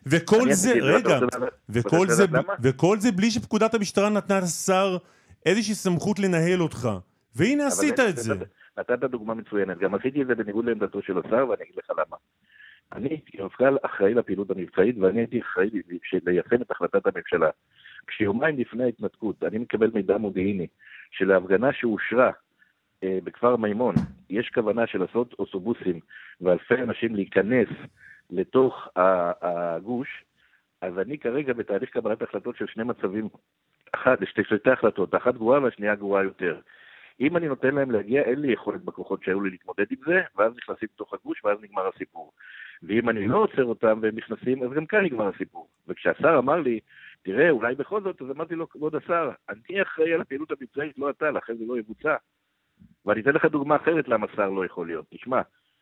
וכל זה בלי שפקודת המשטרה נתנה לשר איזושהי סמכות לנהל אותך. והנה עשית את זה.
נתת דוגמה מצוינת. גם עשיתי את זה בניגוד לעמדתו של השר, ואני אגיד לך למה. אני כמפכ"ל אחראי לפעילות המבצעית, ואני הייתי אחראי ליישם את החלטת הממשלה. כשיומיים לפני ההתנתקות, אני מקבל מידע מודיעיני של ההפגנה שאושרה בכפר מימון, יש כוונה של לעשות אוטובוסים ואלפי אנשים להיכנס לתוך הגוש, אז אני כרגע בתהליך קבלת החלטות של שני מצבים, שתי החלטות, אחת גרועה והשנייה גרועה יותר. אם אני נותן להם להגיע, אין לי יכולת בכוחות שהיו לי להתמודד עם זה, ואז נכנסים לתוך הגוש, ואז נגמר הסיפור. ואם אני לא עוצר אותם והם נכנסים, אז גם כאן נגמר הסיפור. וכשהשר אמר לי, תראה, אולי בכל זאת, אז אמרתי לו, כבוד השר, אני אחראי על הפעילות המבצעית, לא אתה, לכן זה לא יבוצע. ואני אתן לך דוגמה אחרת למה שר לא יכול להיות. תשמע,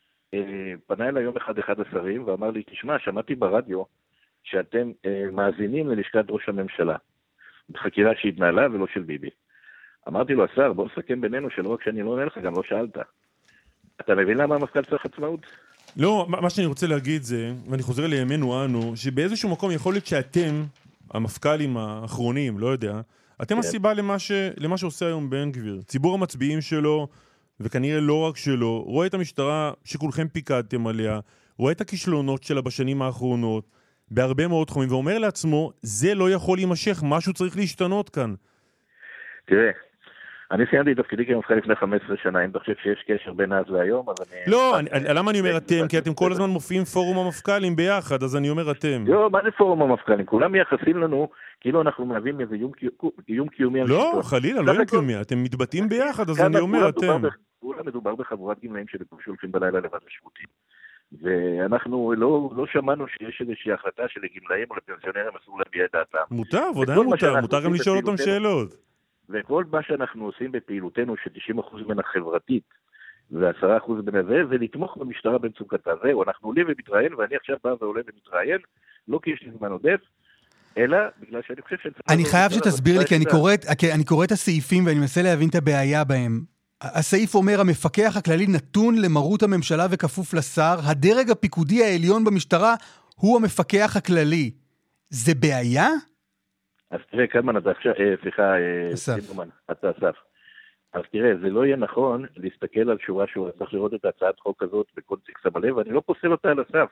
פנה אליי יום אחד השרים ואמר לי, תשמע, שמעתי ברדיו שאתם מאזינים ללשכת ראש הממשלה, בחקירה שהתנהלה ולא של ביבי. אמרתי לו, השר, בוא נסכם בינינו שלא רק שאני לא עונה לך, גם לא שאלת. אתה מבין למה המפכ"ל צריך עצמאות?
לא, מה שאני רוצה להגיד זה, ואני חוזר לימינו אנו, שבאיזשהו מקום יכול להיות שאתם, המפכ"לים האחרונים, לא יודע, אתם הסיבה למה שעושה היום בן גביר. ציבור המצביעים שלו, וכנראה לא רק שלו, רואה את המשטרה שכולכם פיקדתם עליה, רואה את הכישלונות שלה בשנים האחרונות, בהרבה מאוד תחומים, ואומר לעצמו, זה לא יכול להימשך, משהו צריך להשתנות כאן.
תראה, אני סיימתי את תפקידי כמפכ"ל לפני 15 שנה, אם אתה חושב שיש קשר בין אז והיום, אז אני...
לא, למה אני אומר אתם? כי אתם כל הזמן מופיעים פורום המפכ"לים ביחד, אז אני אומר אתם.
לא, מה זה פורום המפכ"לים? כולם מייחסים לנו, כאילו אנחנו מהווים איזה איום קיומי.
לא, חלילה, לא איום קיומי, אתם מתבטאים ביחד, אז אני אומר אתם.
כולה מדובר בחבורת גמלאים שהולכים בלילה לבד לשירותים. ואנחנו לא שמענו שיש איזושהי החלטה שלגמלאים או לפנסיונרים אסור להביע את דעתם.
מותר, ודאי מותר גם לשאול אותם שאלות.
וכל מה שאנחנו עושים בפעילותנו, ש90% ממנה חברתית, ו10% ממנה זה לתמוך במשטרה במצוקתה. זהו, אנחנו עולים ומתראיין, ואני עכשיו בא ועולה ומתראיין, לא כי יש לי זמן עודף, אלא בגלל שאני חושב
אני חייב שתסביר לי, כי אני קורא את הסעיפים, ואני מנסה להבין את הבעיה בהם. הסעיף אומר, המפקח הכללי נתון למרות הממשלה וכפוף לשר, הדרג הפיקודי העליון במשטרה הוא המפקח הכללי. זה בעיה?
אז תראה, כמה אתה עכשיו, סליחה, סימון, אתה אסף. אז תראה, זה לא יהיה נכון להסתכל על שורה, צריך לראות את הצעת חוק הזאת בקונטקסט המלא, ואני לא פוסל אותה על הסף.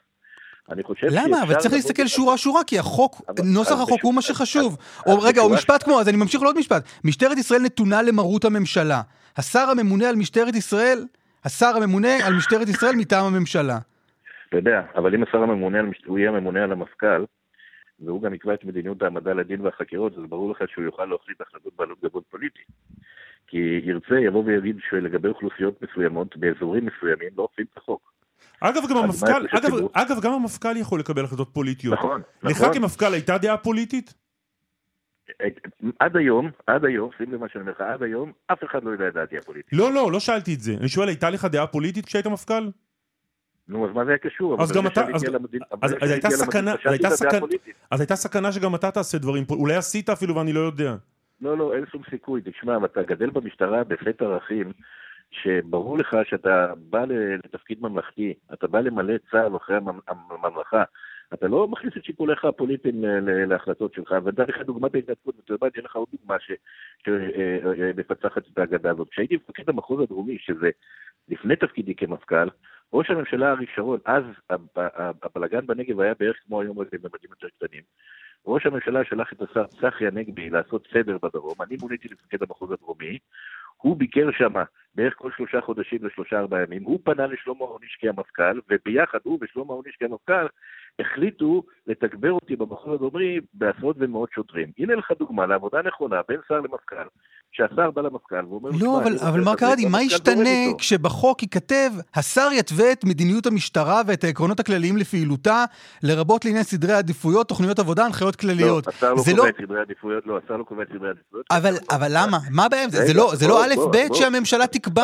למה? אבל צריך להסתכל שורה, כי נוסח החוק הוא מה שחשוב. או רגע, או משפט כמו, אז אני ממשיך לעוד משפט. משטרת ישראל נתונה למרות הממשלה. השר הממונה על משטרת ישראל מטעם הממשלה.
אתה יודע, אבל אם השר הממונה, הוא יהיה הממונה על המפכ"ל, והוא גם יקבע את מדיניות העמדה לדין והחקירות, אז ברור לך שהוא יוכל להחליט החלטות בעלות גבוה פוליטי. כי ירצה, יבוא ויגיד שלגבי אוכלוסיות מסוימות, באזורים מסוימים, לא אוכפים את החוק.
אגב, גם המפכ"ל יכול לקבל החלטות פוליטיות.
נכון.
לך כמפכ"ל הייתה דעה פוליטית?
עד היום, שים למה שאני אומר לך, עד היום, אף אחד לא יודע דעתי הפוליטית.
לא שאלתי את זה. אני שואל, הייתה לך דעה פוליטית כשהיית מפכ"ל?
נו, אז מה זה היה קשור?
אז הייתה סכנה שגם אתה תעשה דברים, אולי עשית אפילו ואני לא יודע.
לא, אין שום סיכוי. תשמע, אתה גדל במשטרה בסט ערכים, שברור לך שאתה בא לתפקיד ממלכתי, אתה בא למלא צה"ל אחרי הממלכה, אתה לא מכניס את שיקוליך הפוליטיים להחלטות שלך, ואתה לך דוגמת ההתנתקות, ואתה יודע, תהיה לך עוד דוגמה שמפצחת את ההגדה הזאת. כשהייתי מפקד המחוז הדרומי, שזה לפני תפקידי כמפכ"ל, ראש הממשלה אריק שרון, אז הבלגן בנגב היה בערך כמו היום הזה במדים יותר קטנים, ראש הממשלה שלח את השר צחי הנגבי לעשות סדר בדרום, אני מוניתי לפקד המחוז הדרומי, הוא ביקר שם בערך כל 3 חודשים ל3-4 ימים, הוא פנה לשלמה אהרוניש כמפכ"ל, וביחד הוא ושלמה אהרוניש כמפכ"ל החליטו לתגבר אותי במחוז הדרומי בעשרות ומאות שוטרים. הנה לך דוגמה לעבודה נכונה בין שר למפכ"ל, שהשר בא למפכ"ל ואומר...
לא, אבל מר קרדי, מה ישתנה כשבחוק ייכתב, השר יתווה את מדיניות המשטרה ואת העקרונות הכלליים לפעילותה, לרבות לעניין סדרי העדיפויות, תוכניות עבודה, הנחיות כלליות.
לא, השר לא קובע את סדרי העדיפויות, לא, השר לא קובע את סדרי העדיפויות.
אבל למה? מה בעצם? זה לא א' ב' שהממשלה תקבע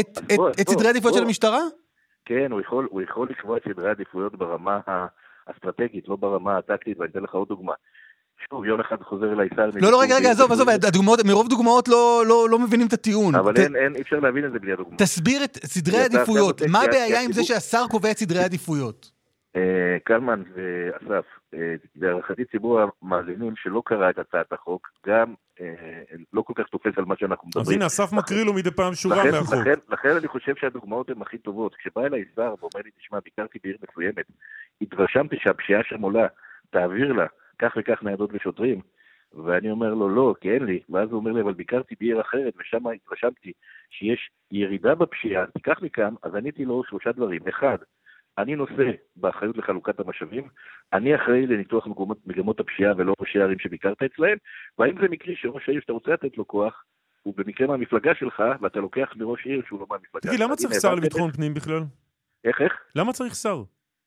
את סדרי העדיפויות של המשטרה?
כן, הוא יכול לקבוע את סדרי העדיפויות ברמה האסטרטגית, לא ברמה הטקטית, ואני אתן לך עוד דוגמה. שוב, יום אחד חוזר אליי שר...
לא, רגע, עזוב, מרוב דוגמאות לא מבינים את הטיעון.
אבל אי אפשר להבין את זה בלי הדוגמאות.
תסביר את סדרי העדיפויות. מה הבעיה עם זה שהשר קובע את סדרי העדיפויות?
קלמן ואסף, להערכתי ציבור המאזינים שלא קרא את הצעת החוק, גם לא כל כך תופס על מה שאנחנו מדברים.
אז הנה, אסף מקריא לו מדי פעם שורה מהחוק.
לכן אני חושב שהדוגמאות הן הכי טובות. כשבא אליי שר ואומר לי, תשמע, ביקרתי בעיר מסוימת, התרשמתי שהפשיעה שם עולה, תעביר לה כך וכך ניידות ושוטרים, ואני אומר לו, לא, כי אין לי. ואז הוא אומר לי, אבל ביקרתי בעיר אחרת, ושם התרשמתי שיש ירידה בפשיעה, תיקח מכאן, אז עניתי לו 3 דברים. 1, אני נושא באחריות לחלוקת המשאבים, אני אחראי לניתוח מגמות הפשיעה ולא ראשי הערים שביקרת אצלהם, והאם זה מקרי שראש העיר שאתה רוצה לתת לו כוח, הוא במקרה מהמפלגה שלך, ואתה לוקח מראש עיר שהוא לא מהמפלגה.
תגיד, למה צריך שר לביטחון פנים בכלל?
איך?
למה צריך שר?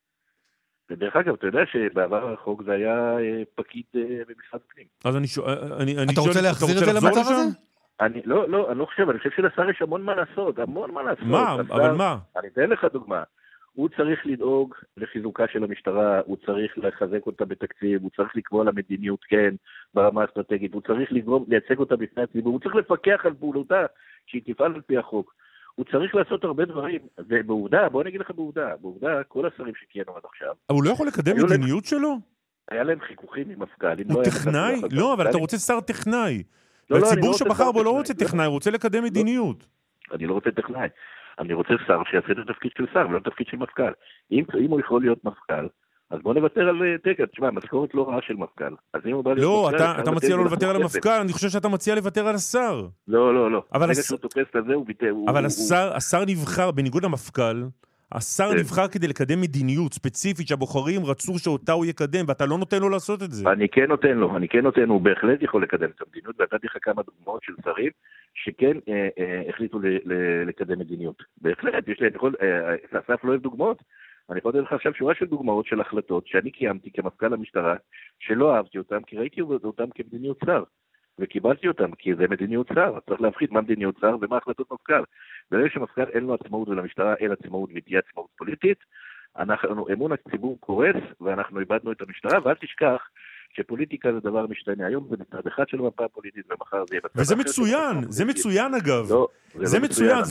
ודרך אגב, אתה יודע שבעבר הרחוק זה היה פקיד במשרד הפנים.
אז
אתה רוצה להחזיר את זה למצב הזה?
אני לא חושב, אני חושב שלשר יש המון מה לעשות, המון מה לעשות.
מה? אבל מה?
אני אתן לך דוגמה. הוא צריך לדאוג לחיזוקה של המשטרה, הוא צריך לחזק אותה בתקציב, הוא צריך לקבוע לה מדיניות, כן, ברמה האסטרטגית, הוא צריך לייצג אותה בפני הציבור, הוא צריך לפקח על פעולתה שהיא תפעל על פי החוק. הוא צריך לעשות הרבה דברים, ובעובדה, בוא נגיד לך בעובדה, כל השרים שכיהנו עד עכשיו...
אבל הוא לא יכול לקדם מדיניות שלו?
היה להם חיכוכים עם מפכ"ל.
הוא טכנאי? לא, אבל אתה רוצה שר טכנאי. והציבור שבחר בו לא רוצה טכנאי, הוא רוצה לקדם מדיניות.
אני לא רוצה טכנאי. אני רוצה שר שיעשה את התפקיד של שר, ולא תפקיד של מפכ"ל. אם הוא יכול להיות מפכ"ל, אז בוא נוותר על תקן. תשמע, משכורת לא רעה של מפכ"ל. אז אם הוא בא להיות
מפכ"ל... לא, אתה מציע לו לוותר על המפכ"ל, אני חושב שאתה מציע לוותר על השר.
לא. ברגע שהוא תופס את זה, הוא ויתר.
אבל השר נבחר, בניגוד למפכ"ל, השר נבחר כדי לקדם מדיניות ספציפית שהבוחרים רצו שאותה הוא יקדם, ואתה לא נותן לו לעשות את זה.
אני כן נותן, הוא בהחלט יכול לקדם את המדיניות, ואתה לך כמה דוגמאות של שרים שכן החליטו לקדם מדיניות. בהחלט, יש לי, אסף לא אוהב דוגמאות, אני יכול לתת לך עכשיו שורה של דוגמאות של החלטות שאני קיימתי כמפכ"ל המשטרה, שלא אהבתי אותם, כי ראיתי אותם כמדיניות שר, וקיבלתי אותם, כי זה מדיניות שר, צריך להפחיד מה מדיניות שר ומה החלטות מפכ"ל. ברגע שמפכ"ל אין לו עצמאות ולמשטרה אין עצמאות ותהיה עצמאות פוליטית, אמון הציבור קורס, ואנחנו איבדנו את המשטרה, ואל תשכח שפוליטיקה זה דבר משתנה. היום זה בצד אחד של המפה הפוליטית, ומחר זה יהיה בצד
וזה מצוין, זה מצוין אגב.
לא,
זה מצוין,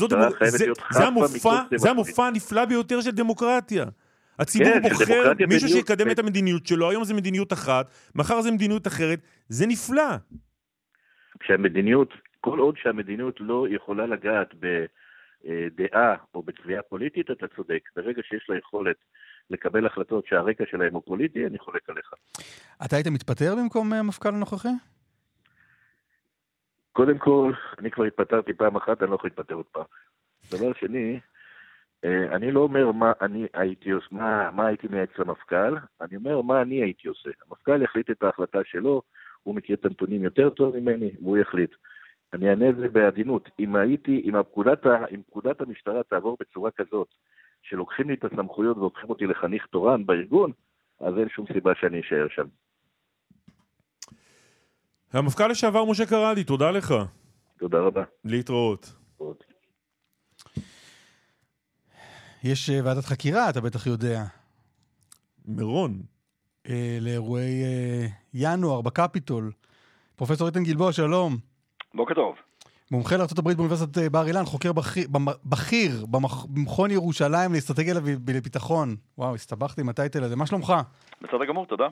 זה המופע הנפלא ביותר של דמוקרטיה. הציבור בוחר מישהו שיקדם את המדיניות שלו, היום זה מדיניות אחת, מחר זה מדיניות אחרת, זה נפלא.
כשהמדיניות, כל עוד שהמדיניות לא יכולה לגעת בדעה או בתביעה פוליטית, אתה צודק. ברגע שיש לה יכולת לקבל החלטות שהרקע שלהם הוא פוליטי, אני חולק עליך.
אתה היית מתפטר במקום המפכ"ל הנוכחי?
קודם כל, אני כבר התפטרתי פעם אחת, אני לא יכול להתפטר עוד פעם. דבר שני, אני לא אומר מה הייתי מייעץ למפכ"ל, אני אומר מה אני הייתי עושה. המפכ"ל יחליט את ההחלטה שלו, הוא מכיר את הנתונים יותר טוב ממני, והוא יחליט. אני אענה את זה בעדינות. אם פקודת המשטרה תעבור בצורה כזאת, שלוקחים לי את הסמכויות והופכים אותי לחניך תורן בארגון, אז אין שום סיבה שאני אשאר שם.
המפכ"ל לשעבר משה קרדי, תודה לך.
תודה רבה.
להתראות.
יש ועדת חקירה, אתה בטח יודע.
מירון.
לאירועי ינואר בקפיטול. פרופסור איתן גלבוע, שלום.
בוקר טוב.
מומחה לארצות הברית באוניברסיטת בר אילן, חוקר בכיר במכון ירושלים לאסטרטגיה ולביטחון. וואו, הסתבכתי עם הטייטל הזה. מה שלומך?
בסדר גמור, תודה.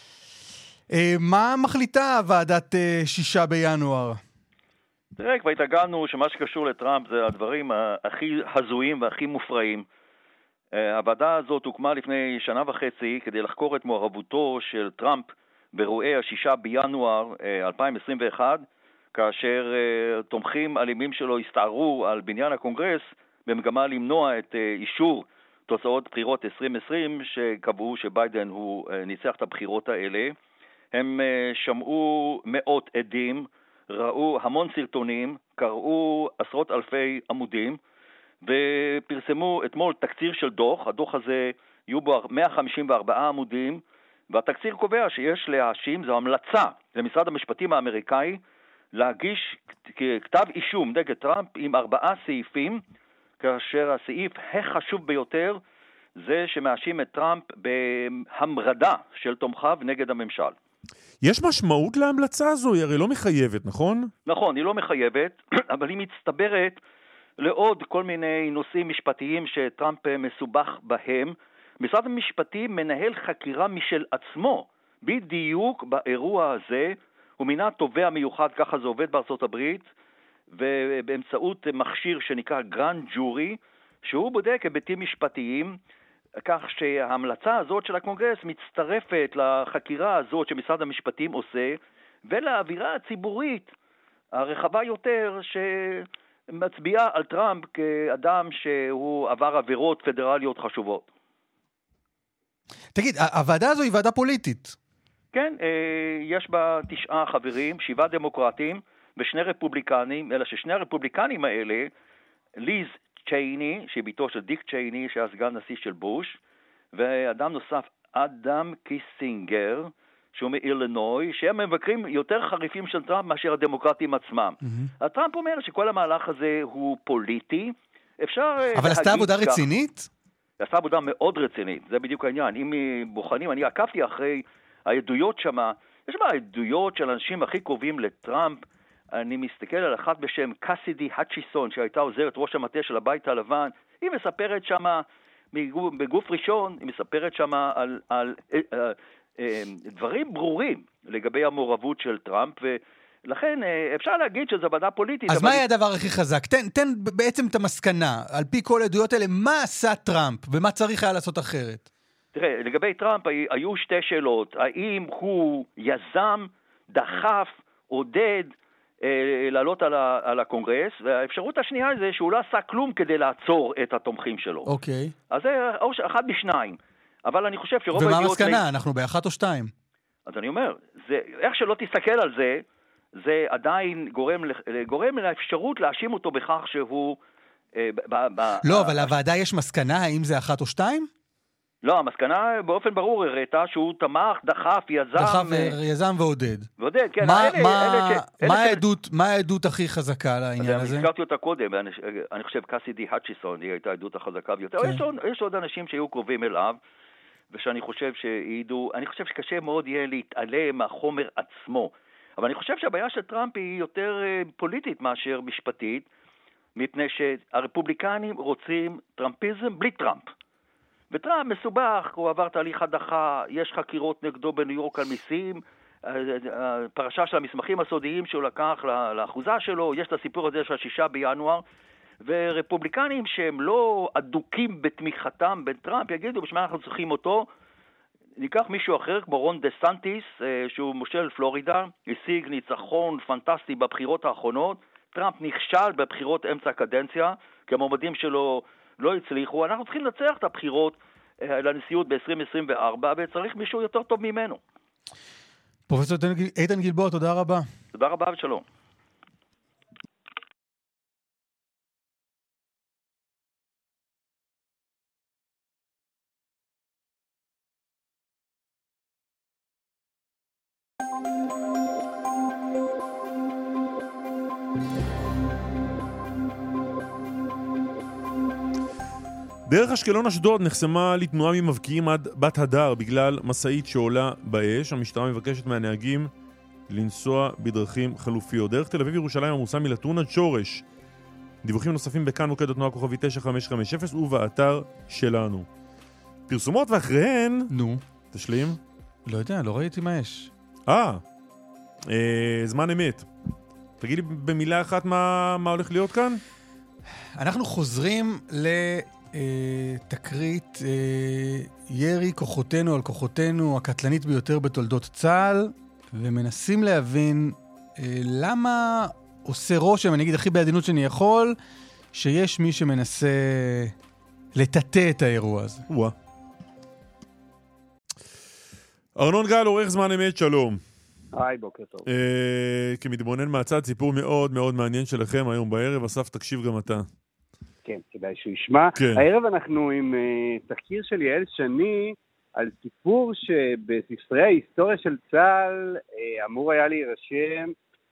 מה מחליטה ועדת 6 בינואר?
תראה, כבר התרגלנו שמה שקשור לטראמפ זה הדברים הכי הזויים והכי מופרעים. הוועדה הזאת הוקמה לפני 1.5 שנה כדי לחקור את מעורבותו של טראמפ באירועי 6 בינואר 2021, כאשר תומכים אלימים שלו הסתערו על בניין הקונגרס במגמה למנוע את אישור תוצאות בחירות 2020 שקבעו שביידן הוא ניצח את הבחירות האלה. הם שמעו מאות עדים, ראו המון סרטונים, קראו עשרות אלפי עמודים ופרסמו אתמול תקציר של דוח. הדוח הזה יהיו בו 154 עמודים, והתקציר קובע שיש להאשים, זו המלצה למשרד המשפטים האמריקאי, להגיש כתב אישום נגד טראמפ עם 4 סעיפים, כאשר הסעיף החשוב ביותר זה שמאשים את טראמפ בהמרדה של תומכיו נגד הממשל.
יש משמעות להמלצה הזו? היא הרי לא מחייבת, נכון?
נכון, היא לא מחייבת, אבל היא מצטברת לעוד כל מיני נושאים משפטיים שטראמפ מסובך בהם. משרד המשפטים מנהל חקירה משל עצמו, בדיוק באירוע הזה. הוא מינה תובע מיוחד, ככה זה עובד בארצות הברית, ובאמצעות מכשיר שנקרא גרנד ג'ורי, שהוא בודק היבטים משפטיים, כך שההמלצה הזאת של הקונגרס מצטרפת לחקירה הזאת שמשרד המשפטים עושה, ולאווירה הציבורית הרחבה יותר שמצביעה על טראמפ כאדם שהוא עבר עבירות פדרליות חשובות.
תגיד, הוועדה הזו היא ועדה פוליטית.
כן, יש בה 9 חברים, 7 דמוקרטים ו2 רפובליקנים, אלא ששני הרפובליקנים האלה, ליז צ'ייני, שהיא ביתו של דיק צ'ייני, שהיה סגן נשיא של בוש, ואדם נוסף, אדם קיסינגר, שהוא מאילינוי, שהם מבקרים יותר חריפים של טראמפ מאשר הדמוקרטים עצמם. הטראמפ אומר שכל המהלך הזה הוא פוליטי.
אבל עשתה עבודה רצינית?
עשתה עבודה מאוד רצינית, זה בדיוק העניין. אם בוחנים, אני עקבתי אחרי העדויות שמה, יש בה עדויות של אנשים הכי קרובים לטראמפ. אני מסתכל על אחת בשם קסידי האצ'יסון, שהייתה עוזרת ראש המטה של הבית הלבן. היא מספרת שמה, בגוף ראשון, היא מספרת שמה על דברים ברורים לגבי המעורבות של טראמפ, ולכן אפשר להגיד שזו ועדה פוליטית.
אז מה היה הדבר הכי חזק? תן בעצם את המסקנה, על פי כל העדויות האלה, מה עשה טראמפ ומה צריך היה לעשות אחרת?
תראה, לגבי טראמפ היו 2 שאלות. האם הוא יזם, דחף, עודד, לעלות על הקונגרס, והאפשרות השנייה זה שהוא לא עשה כלום כדי לעצור את התומכים שלו.
אוקיי.
אז זה אחד משניים. אבל אני חושב שרוב
ומה המסקנה? אנחנו ב1 או 2?
אז אני אומר, איך שלא תסתכל על זה, זה עדיין גורם לאפשרות להאשים אותו בכך שהוא...
לא, אבל לוועדה יש מסקנה, האם זה 1 או 2?
לא, המסקנה באופן ברור הראתה שהוא תמך, דחף,
יזם ועודד.
ועודד, כן.
מה העדות הכי חזקה לעניין הזה?
אני הזכרתי אותה קודם, אני חושב קסידי האצ'יסון היא הייתה העדות החזקה ביותר. יש עוד אנשים שהיו קרובים אליו, ושאני חושב שהעידו, אני חושב שקשה מאוד יהיה להתעלם מהחומר עצמו. אבל אני חושב שהבעיה של טראמפ היא יותר פוליטית מאשר משפטית, מפני שהרפובליקנים רוצים טראמפיזם בלי טראמפ. וטראמפ מסובך, הוא עבר תהליך הדחה, יש חקירות נגדו בניו יורק על מיסים, פרשה של המסמכים הסודיים שהוא לקח לאחוזה שלו, יש את הסיפור הזה של 6 בינואר, ורפובליקנים שהם לא אדוקים בתמיכתם בטראמפ יגידו, בשביל מה אנחנו צריכים אותו? ניקח מישהו אחר כמו רון דה סנטיס, שהוא מושל פלורידה, השיג ניצחון פנטסטי בבחירות האחרונות, טראמפ נכשל בבחירות אמצע הקדנציה, כי המועמדים שלו לא הצליחו. אנחנו צריכים לנצח את הבחירות לנשיאות ב-2024, וצריך מישהו יותר טוב ממנו.
פרופסור איתן גלבוע, תודה רבה.
תודה רבה ושלום.
דרך אשקלון אשדוד נחסמה לתנועה ממבקיעים עד בת הדר בגלל מסעית שעולה באש. המשטרה מבקשת מהנהגים לנסוע בדרכים חלופיות. דרך תל אביב ירושלים עמוסה מלטרון עד שורש. דיווחים נוספים בכאן מוקד התנועה כוכבי 9550 ובאתר שלנו. פרסומות ואחריהן...
נו.
תשלים?
לא יודע, לא ראיתי מה יש.
זמן אמת. תגיד לי במילה אחת מה הולך להיות כאן?
אנחנו חוזרים לתקרית ירי כוחותינו על כוחותינו הקטלנית ביותר בתולדות צה"ל, ומנסים להבין למה עושה רושם, אני אגיד הכי בעדינות שאני יכול, שיש מי שמנסה לטאטא את האירוע הזה.
ארנון גל, עורך זמן אמת, שלום.
היי, בוקר טוב.
כמתבונן מהצד, סיפור מאוד מאוד מעניין שלכם היום בערב. אסף, תקשיב גם אתה.
כן, כדאי שהוא ישמע. כן. הערב אנחנו עם תחקיר של יעל שני על סיפור שבספרי ההיסטוריה של צה"ל אמור היה להירשם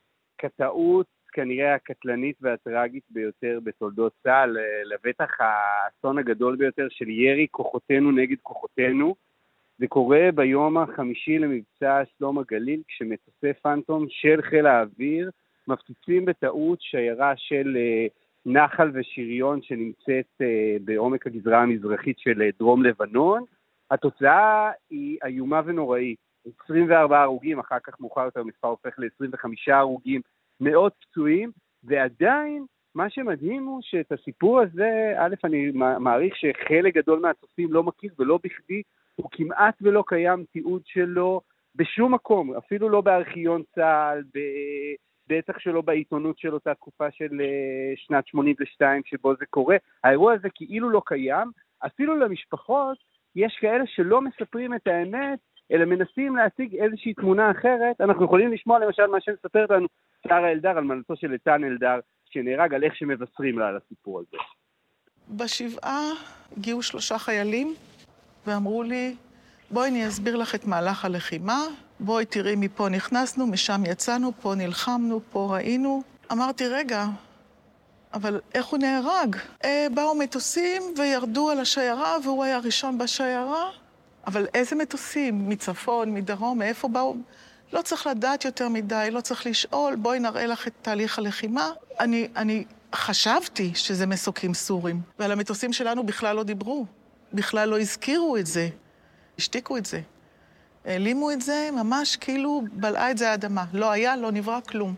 כטעות כנראה הקטלנית והטרגית ביותר בתולדות צה"ל, לבטח האסון הגדול ביותר של ירי כוחותינו נגד כוחותינו. זה קורה ביום החמישי למבצע שלום הגליל, כשמטוסי פנטום של חיל האוויר מפציצים בטעות שיירה של נחל ושריון שנמצאת בעומק הגזרה המזרחית של דרום לבנון. התוצאה היא איומה ונוראית. 24 הרוגים, אחר כך מאוחר יותר מספר הופך ל-25 הרוגים, מאות פצועים, ועדיין מה שמדהים הוא שאת הסיפור הזה, א', אני מעריך שחלק גדול מהצופים לא מכיר ולא בכדי, הוא כמעט ולא קיים תיעוד שלו בשום מקום, אפילו לא בארכיון צה"ל, בטח שלא בעיתונות של אותה תקופה של שנת 82 שבו זה קורה. האירוע הזה כאילו לא קיים, אפילו למשפחות יש כאלה שלא מספרים את האמת, אלא מנסים להציג איזושהי תמונה אחרת. אנחנו יכולים לשמוע למשל מה שמספרת לנו שרה אלדר על מנתו של איתן אלדר, שנהרג, על איך שמבשרים לה על הסיפור הזה.
בשבעה הגיעו 3 חיילים ואמרו לי, בואי אני אסביר לך את מהלך הלחימה, בואי תראי מפה נכנסנו, משם יצאנו, פה נלחמנו, פה ראינו. אמרתי, רגע, אבל איך הוא נהרג? באו מטוסים וירדו על השיירה והוא היה ראשון בשיירה. אבל איזה מטוסים? מצפון, מדרום, מאיפה באו? לא צריך לדעת יותר מדי, לא צריך לשאול, בואי נראה לך את תהליך הלחימה. אני חשבתי שזה מסוקים סורים, ועל המטוסים שלנו בכלל לא דיברו, בכלל לא הזכירו את זה, השתיקו את זה. העלימו את זה, ממש כאילו בלעה את זה האדמה. לא היה, לא נברא כלום.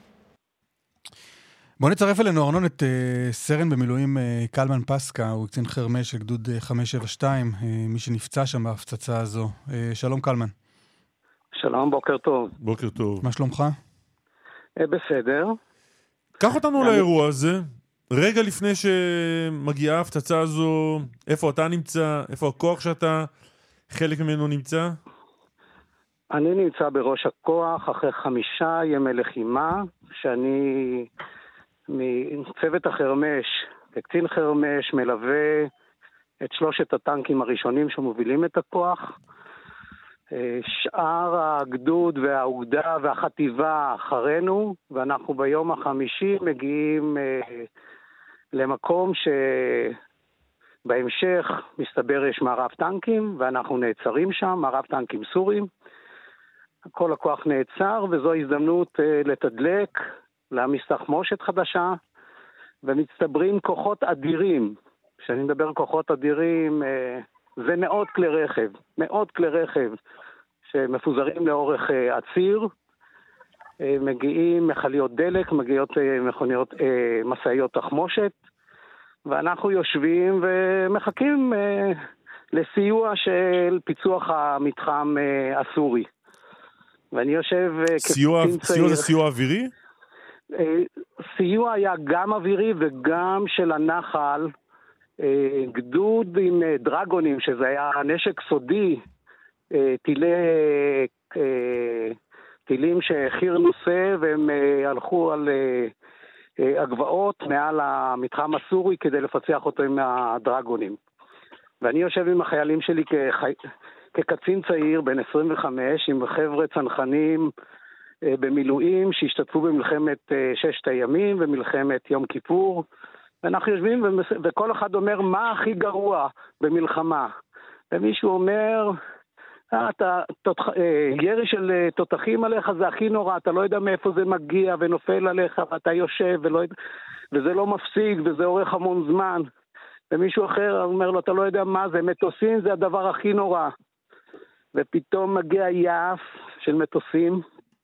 בוא נצרף אלינו, ארנון, את סרן במילואים קלמן פסקה, הוא קצין חרמש של גדוד 572, מי שנפצע שם בהפצצה הזו. שלום קלמן.
שלום, בוקר טוב.
בוקר טוב.
מה שלומך?
בסדר.
קח אותנו לאירוע הזה, רגע לפני שמגיעה ההפצצה הזו, איפה אתה נמצא, איפה הכוח שאתה חלק ממנו נמצא?
אני נמצא בראש הכוח אחרי 5 ימי לחימה, שאני מצוות החרמש, כקצין חרמש, מלווה את 3 הטנקים הראשונים שמובילים את הכוח. שאר הגדוד והאוגדה והחטיבה אחרינו, ואנחנו ביום החמישי מגיעים למקום שבהמשך מסתבר יש מערב טנקים, ואנחנו נעצרים שם, מערב טנקים סורים. כל הכוח נעצר, וזו הזדמנות לתדלק, להעמיס תחמושת חדשה, ומצטברים כוחות אדירים. כשאני מדבר כוחות אדירים, זה מאות כלי רכב שמפוזרים לאורך הציר, מגיעים מכליות דלק, מגיעות מכוניות, מסעיות תחמושת, ואנחנו יושבים ומחכים לסיוע של פיצוח המתחם הסורי. ואני יושב
כקצין צעיר. סיוע זה סיוע אווירי?
סיוע היה גם אווירי וגם של הנחל, גדוד עם דרגונים, שזה היה נשק סודי, טילים שחיר נושא, והם הלכו על הגבעות מעל המתחם הסורי כדי לפצח אותו עם הדרגונים. ואני יושב עם החיילים שלי כקצין צעיר בן 25, עם חבר'ה צנחנים במילואים שהשתתפו במלחמת 6 הימים ומלחמת יום כיפור, ואנחנו יושבים וכל אחד אומר מה הכי גרוע במלחמה, ומישהו אומר
ירי של תותחים עליך זה הכי נורא, אתה לא יודע מאיפה זה מגיע ונופל עליך, ואתה יושב וזה לא מפסיק, וזה אורך המון זמן. ומישהו אחר אומר לו, אתה לא יודע מה זה, מטוסים זה הדבר הכי נורא. ופתאום מגיע יעף של מטוסים,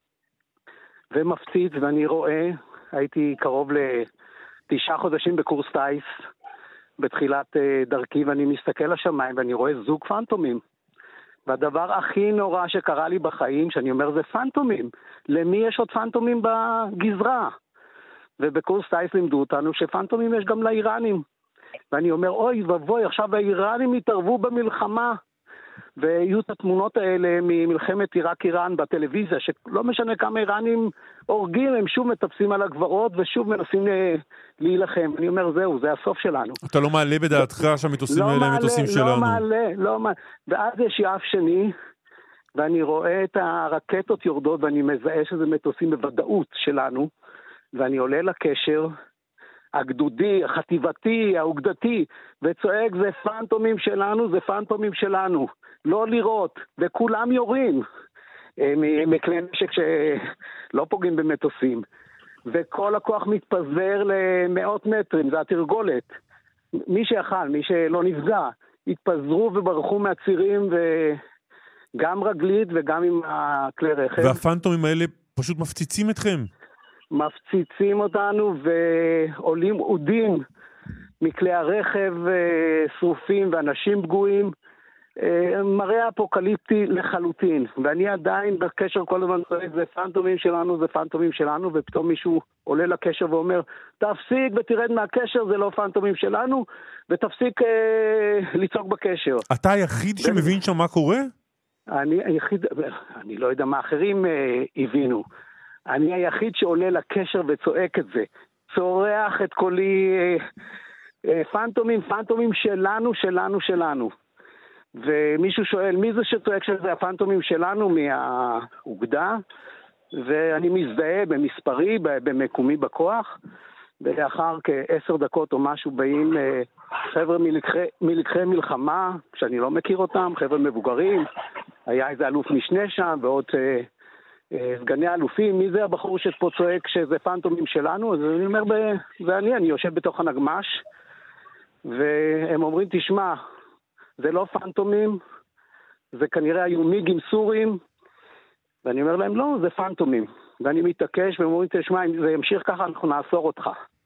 ומפציץ, ואני רואה, הייתי קרוב ל9 חודשים בקורס טייס, בתחילת דרכי, ואני מסתכל לשמיים, ואני רואה זוג פנטומים. והדבר הכי נורא שקרה לי בחיים, שאני אומר, זה פנטומים. למי יש עוד פנטומים בגזרה? ובקורס טייס לימדו אותנו שפנטומים יש גם לאיראנים. ואני אומר, אוי ובוי, עכשיו האיראנים יתערבו במלחמה. ויהיו את התמונות האלה ממלחמת עיראק-איראן בטלוויזיה, שלא משנה כמה איראנים הורגים, הם שוב מטפסים על הגברות ושוב מנסים להילחם. אני אומר, זהו, זה הסוף שלנו.
אתה לא מעלה בדעתך שהמטוסים האלה הם מטוסים שלנו?
לא מעלה. ואז יש יעף שני, ואני רואה את הרקטות יורדות, ואני מזהה שזה מטוסים בוודאות שלנו, ואני עולה לקשר, הגדודי, החטיבתי, האוגדתי, וצועק, זה פנטומים שלנו, זה פנטומים שלנו. לא לראות, וכולם יורים מכלי נשק שלא פוגעים במטוסים. וכל הכוח מתפזר למאות מטרים, זה התרגולת. מי שיכל, מי שלא נפגע, התפזרו וברחו מהצירים, וגם רגלית וגם עם הכלי רכב.
והפנטומים האלה פשוט מפציצים אתכם?
מפציצים אותנו ועולים עודים מכלי הרכב שרופים ואנשים פגועים, מראה אפוקליפטי לחלוטין, ואני עדיין בקשר כל הזמן צועק, זה פנטומים שלנו, זה פנטומים שלנו, ופתאום מישהו עולה לקשר ואומר, תפסיק ותרד מהקשר, זה לא פנטומים שלנו, ותפסיק לצעוק בקשר.
אתה היחיד שמבין שם מה קורה?
אני היחיד, אני לא יודע מה אחרים הבינו. אני היחיד שעולה לקשר וצועק את זה. צורח את קולי, פנטומים שלנו, שלנו, שלנו. ומישהו שואל, מי זה שצועק שזה הפנטומים שלנו מהאוגדה? ואני מזדהה במספרי, במקומי בכוח, ולאחר כ10 דקות או משהו באים חבר'ה מלקחי מלחמה, שאני לא מכיר אותם, חבר'ה מבוגרים, היה איזה אלוף משנה שם, ועוד סגני אלופים, מי זה הבחור שפה צועק שזה פנטומים שלנו? אז אני אומר, אני יושב בתוך הנגמש, והם אומרים, תשמע, זה לא פנטומים, זה כנראה היו מיגים סורים, ואני אומר להם, לא, זה פנטומים. ואני מתעקש, והם אומרים, תשמע, אם זה ימשיך ככה, אנחנו נאסור אותך.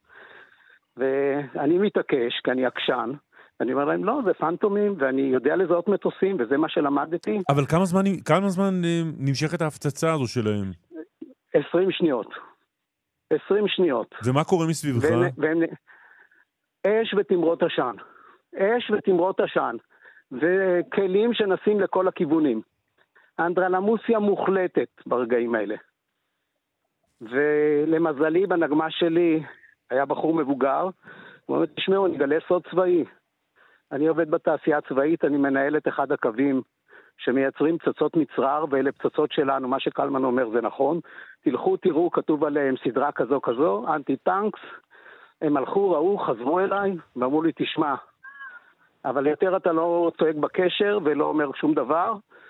ואני מתעקש, כי אני עקשן, ואני אומר להם, לא, זה פנטומים, ואני יודע לזהות מטוסים, וזה מה שלמדתי.
אבל כמה זמן נמשכת ההפצצה הזו שלהם?
20 שניות. 20 שניות.
ומה קורה מסביבך?
אש ותמרות עשן. אש ותמרות עשן. וכלים שנסים לכל הכיוונים. אנדרלמוסיה מוחלטת ברגעים האלה. ולמזלי, בנגמה שלי, היה בחור מבוגר, הוא אומר, תשמעו, אני אגלה סוד צבאי. אני עובד בתעשייה הצבאית, אני מנהל את אחד הקווים שמייצרים פצצות מצרר, ואלה פצצות שלנו, מה שקלמן אומר זה נכון. תלכו, תראו, כתוב עליהם סדרה כזו, אנטי-טנקס. הם הלכו, ראו, חזרו אליי, ואמרו לי, תשמע, אבל יותר אתה לא צועק בקשר ולא אומר שום דבר.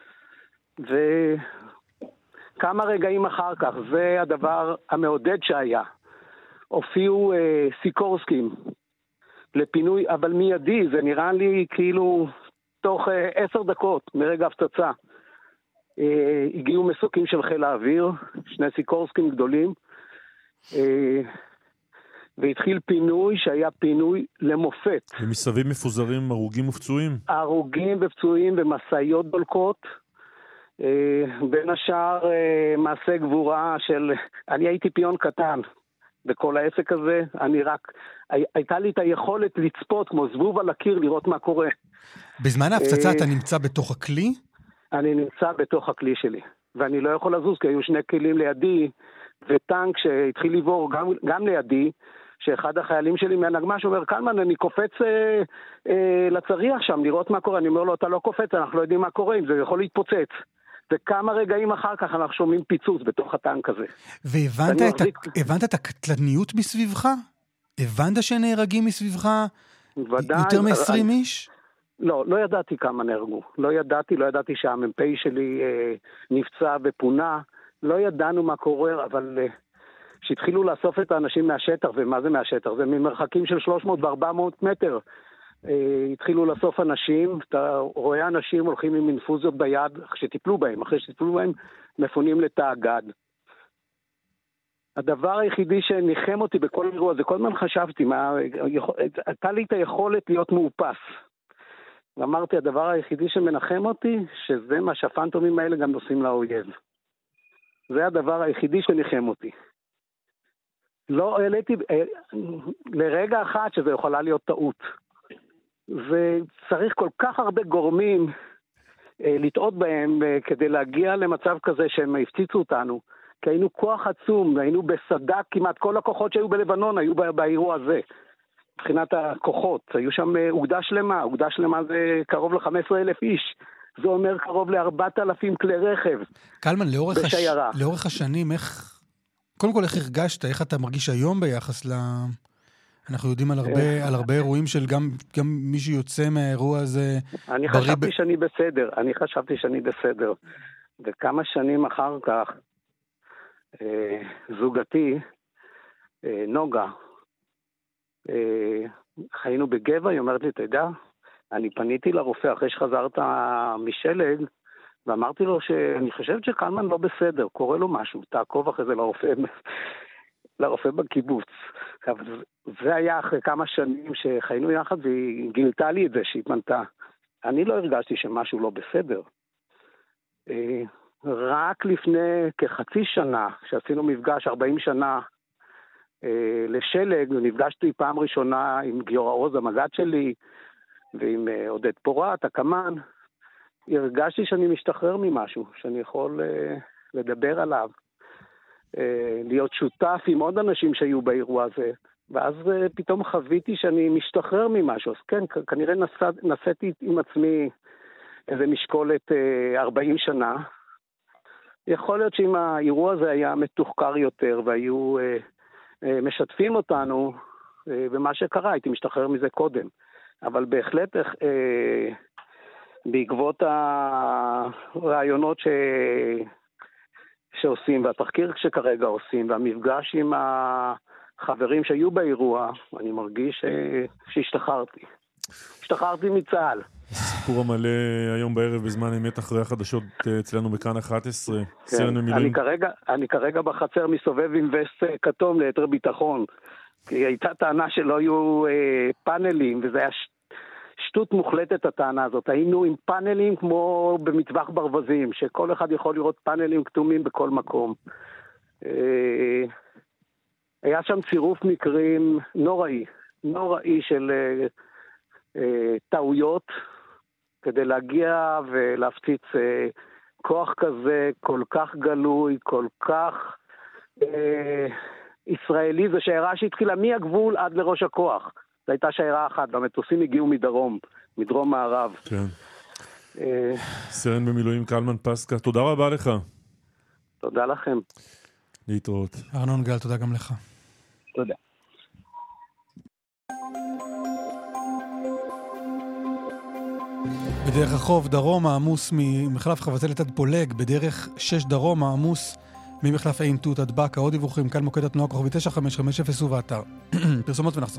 וכמה רגעים אחר כך, זה הדבר המעודד שהיה. הופיעו סיקורסקים לפינוי, אבל מיידי, זה נראה לי כאילו תוך 10 דקות מרגע הפצצה. הגיעו מסוקים של חיל האוויר, 2 סיקורסקים גדולים, והתחיל פינוי שהיה פינוי למופת.
ומסביב מפוזרים הרוגים ופצועים?
הרוגים ופצועים ומשאיות דולקות. בין השאר מעשה גבורה של... אני הייתי פיון קטן בכל העסק הזה. הייתה לי את היכולת לצפות כמו זבוב על הקיר, לראות מה קורה.
בזמן ההפצצה אתה נמצא בתוך הכלי?
אני נמצא בתוך הכלי שלי. ואני לא יכול לזוז, כי היו 2 כלים לידי, וטנק שהתחיל לבור גם לידי, שאחד החיילים שלי מהנגמש אומר, קלמן, אני קופץ לצריח שם, לראות מה קורה. אני אומר לו, אתה לא קופץ, אנחנו לא יודעים מה קורה, אם זה יכול להתפוצץ. וכמה רגעים אחר כך אנחנו שומעים פיצוץ בתוך הטנק הזה.
והבנת את הקטלניות מסביבך? הבנת שנהרגים מסביבך יותר מ-20 איש?
לא ידעתי כמה נהרגו. לא ידעתי שהמ"פ שלי נפצע ופונה. לא ידענו מה קורה, אבל שהתחילו לאסוף את האנשים מהשטח, ומה זה מהשטח? זה ממרחקים של 300 ו-400 מטר. התחילו לאסוף אנשים, אתה רואה אנשים הולכים עם אינפוזיות ביד, אחרי שטיפלו בהם, מפונים לתא הגד. הדבר היחידי שניחם אותי בכל אירוע, זה כל הזמן חשבתי, הייתה לי את היכולת להיות מאופס. ואמרתי, הדבר היחידי שמנחם אותי, שזה מה שהפנטומים האלה גם עושים לאויב. זה הדבר היחידי שניחם אותי. לא העליתי לרגע אחד שזה יכולה להיות טעות. וצריך כל כך הרבה גורמים לטעות בהם כדי להגיע למצב כזה שהם הפציצו אותנו. כי היינו כוח עצום, היינו בסדק, כמעט כל הכוחות שהיו בלבנון היו באירוע הזה. מבחינת הכוחות, היו שם אוגדה שלמה זה קרוב ל-15,000 איש. זה אומר קרוב ל-4,000 כלי רכב.
קלמן, לאורך השנים, קודם כל איך הרגשת, איך אתה מרגיש היום ביחס אנחנו יודעים על הרבה אירועים של גם מי שיוצא מהאירוע הזה.
אני חשבתי שאני בסדר. וכמה שנים אחר כך, זוגתי, נוגה, חיינו בגבע, היא אומרת לי, אתה יודע, אני פניתי לרופא אחרי שחזרת משלג, ואמרתי לו שאני חושבת שקלמן לא בסדר, קורה לו משהו, תעקוב אחרי זה לרופא בקיבוץ. אבל זה היה אחרי כמה שנים שחיינו יחד, והיא גילתה לי את זה שהיא פנתה. אני לא הרגשתי שמשהו לא בסדר. רק לפני כחצי שנה, כשעשינו מפגש 40 שנה לשלג, נפגשתי פעם ראשונה עם גיורא עוז, המג"ד שלי, ועם עודד פורת, הקמן, הרגשתי שאני משתחרר ממשהו, שאני יכול לדבר עליו, להיות שותף עם עוד אנשים שהיו באירוע הזה, ואז פתאום חוויתי שאני משתחרר ממשהו. אז כן, כנראה נשאתי עם עצמי איזה משקולת 40 שנה. יכול להיות שאם האירוע הזה היה מתוחקר יותר, והיו משתפים אותנו במה שקרה, הייתי משתחרר מזה קודם. אבל בהחלט בעקבות הרעיונות שעושים, והתחקיר שכרגע עושים, והמפגש עם החברים שהיו באירוע, אני מרגיש שהשתחררתי. השתחררתי מצה"ל.
הסיפור המלא היום בערב בזמן אמת אחרי החדשות אצלנו בכאן 11.
כן. אני כרגע בחצר מסובב עם וסט כתום ליתר ביטחון. כי הייתה טענה שלא היו פאנלים, וזה היה שטות מוחלטת הטענה הזאת. היינו עם פאנלים כמו במטווח ברווזים, שכל אחד יכול לראות פאנלים כתומים בכל מקום. היה שם צירוף מקרים נוראי של טעויות, כדי להגיע ולהפציץ כוח כזה, כל כך גלוי, כל כך ישראלי. זה שיירה שהתחילה מהגבול עד לראש הכוח. זו הייתה שיירה אחת, והמטוסים הגיעו מדרום מערב.
כן. סרן במילואים קלמן פסקה, תודה רבה לך.
תודה לכם.
להתראות.
ארנון גל, תודה גם לך.
תודה.
בדרך החוף דרום העמוס ממחלף חבצלת עד פולג, בדרך 6 דרום העמוס ממחלף עין תות עד בקה. עוד דיווחים כאן מוקד התנועה כוכבי 9550 ובאתר. פרסומות ונחזור.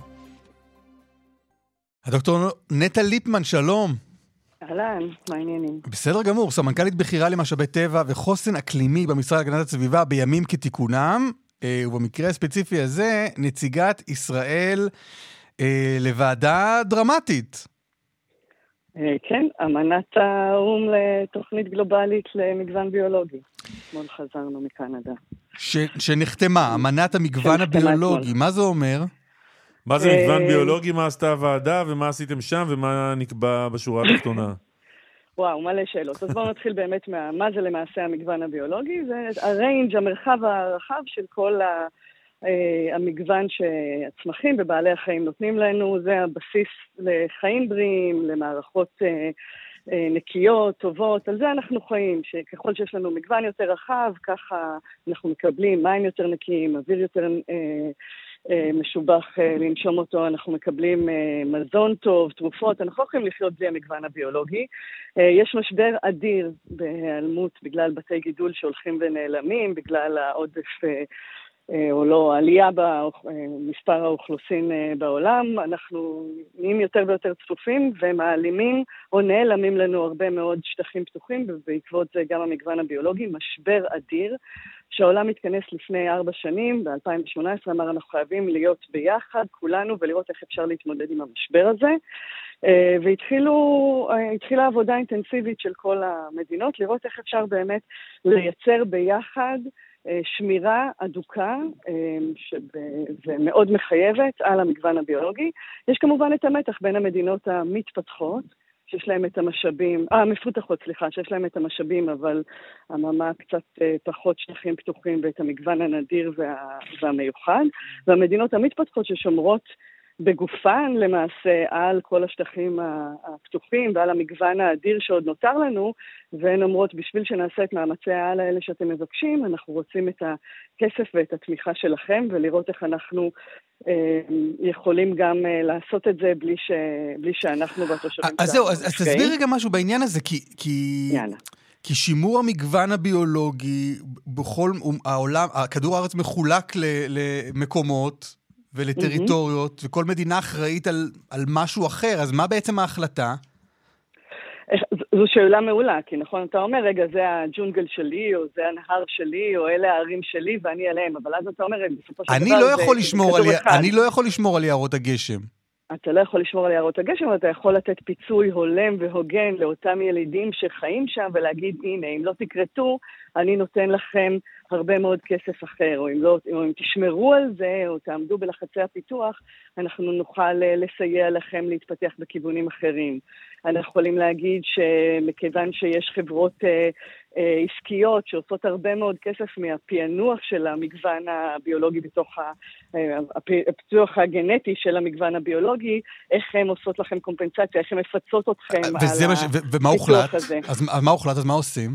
הדוקטור נטע ליפמן, שלום.
אהלן, מה העניינים?
בסדר גמור, סמנכ"לית בכירה למשאבי טבע וחוסן אקלימי במשרד להגנת הסביבה בימים כתיקונם, ובמקרה הספציפי הזה נציגת ישראל לוועדה דרמטית.
כן, אמנת האו"ם לתוכנית גלובלית למגוון ביולוגי. אתמול חזרנו מקנדה.
שנחתמה, אמנת המגוון הביולוגי. מה זה אומר?
מה זה מגוון ביולוגי, מה עשתה הוועדה, ומה עשיתם שם, ומה נקבע בשורה התחתונה?
וואו, מלא שאלות. אז בואו נתחיל באמת מה זה למעשה המגוון הביולוגי. זה הריינג', המרחב הרחב של כל המגוון שהצמחים ובעלי החיים נותנים לנו. זה הבסיס לחיים בריאים, למערכות נקיות, טובות. על זה אנחנו חיים, שככל שיש לנו מגוון יותר רחב, ככה אנחנו מקבלים מים יותר נקיים, אוויר יותר משובח לנשום אותו, אנחנו מקבלים מזון טוב, תרופות, אנחנו לא יכולים לחיות בלי המגוון הביולוגי. יש משבר אדיר בהיעלמות בגלל בתי גידול שהולכים ונעלמים, בגלל העודף או לא, עלייה במספר האוכלוסין בעולם. אנחנו נהיים יותר ויותר צפופים ומעלימים או נעלמים לנו הרבה מאוד שטחים פתוחים, ובעקבות זה גם המגוון הביולוגי, משבר אדיר, שהעולם מתכנס לפני 4 שנים, ב-2018 אמר אנחנו חייבים להיות ביחד, כולנו, ולראות איך אפשר להתמודד עם המשבר הזה. והתחילה עבודה אינטנסיבית של כל המדינות, לראות איך אפשר באמת לייצר ביחד שמירה אדוקה ומאוד מחייבת על המגוון הביולוגי. יש כמובן את המתח בין המדינות המתפתחות, שיש להם את המשאבים, המפותחות, שיש להם את המשאבים, אבל הממה קצת פחות שטחים פתוחים ואת המגוון הנדיר והמיוחד, והמדינות המתפתחות ששומרות בגופן למעשה על כל השטחים הפתוחים ועל המגוון האדיר שעוד נותר לנו, והן אומרות בשביל שנעשה את מאמצי העל האלה שאתם מבקשים, אנחנו רוצים את הכסף ואת התמיכה שלכם, ולראות איך אנחנו יכולים גם לעשות את זה בלי שאנחנו והתושבים.
אז זהו, אז תסביר רגע משהו בעניין הזה, כי שימור המגוון הביולוגי בכל העולם, כדור הארץ מחולק למקומות ולטריטוריות, וכל מדינה אחראית על משהו אחר, אז מה בעצם ההחלטה?
זו שאלה מעולה, כי נכון, אתה אומר, רגע, זה הג'ונגל שלי, או זה הנהר שלי, או אלה הערים שלי, ואני עליהם, אבל אז אתה אומר, בסופו של דבר,
אני לא יכול לשמור על יערות הגשם.
אתה לא יכול לשמור על יערות הגשם, אבל אתה יכול לתת פיצוי הולם והוגן לאותם ילדים שחיים שם, ולהגיד, הנה, אם לא תקרתו, אני נותן לכם הרבה מאוד כסף אחר, או אם תשמרו על זה, או תעמדו בלחצי הפיתוח, אנחנו נוכל לסייע לכם להתפתח בכיוונים אחרים. אנחנו יכולים להגיד שמכיוון שיש חברות עסקיות שעושות הרבה מאוד כסף מהפענוח של המגוון הביולוגי בתוך הפיתוח הגנטי של המגוון הביולוגי, איך הן עושות לכם קומפנסציה, איך הן מפצות אתכם על הפיתוח הזה.
אז מה הוחלט? אז מה עושים?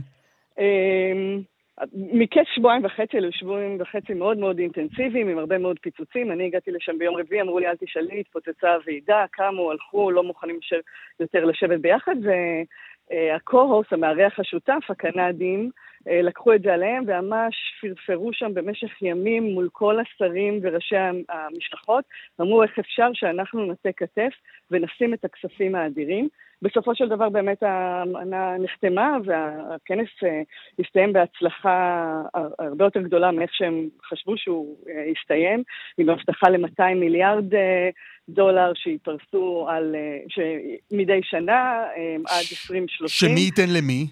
מכס 2.5 אלו 2.5 מאוד מאוד אינטנסיביים, עם הרבה מאוד פיצוצים. אני הגעתי לשם ביום רביעי, אמרו לי אל תשאלי, התפוצצה הוועידה, קמו, הלכו, לא מוכנים יותר לשבת ביחד, והקו-הוס, המארח השותף, הקנדים, לקחו את זה עליהם, וממש פרפרו שם במשך ימים מול כל השרים וראשי המשלחות, אמרו איך אפשר שאנחנו נעשה כתף ונשים את הכספים האדירים. בסופו של דבר באמת האמנה נחתמה, והכנס הסתיים בהצלחה הרבה יותר גדולה מאיך שהם חשבו שהוא יסתיים, עם הבטחה ל$200 מיליארד שיפרסו מדי שנה עד 2030.
שמי ייתן למי?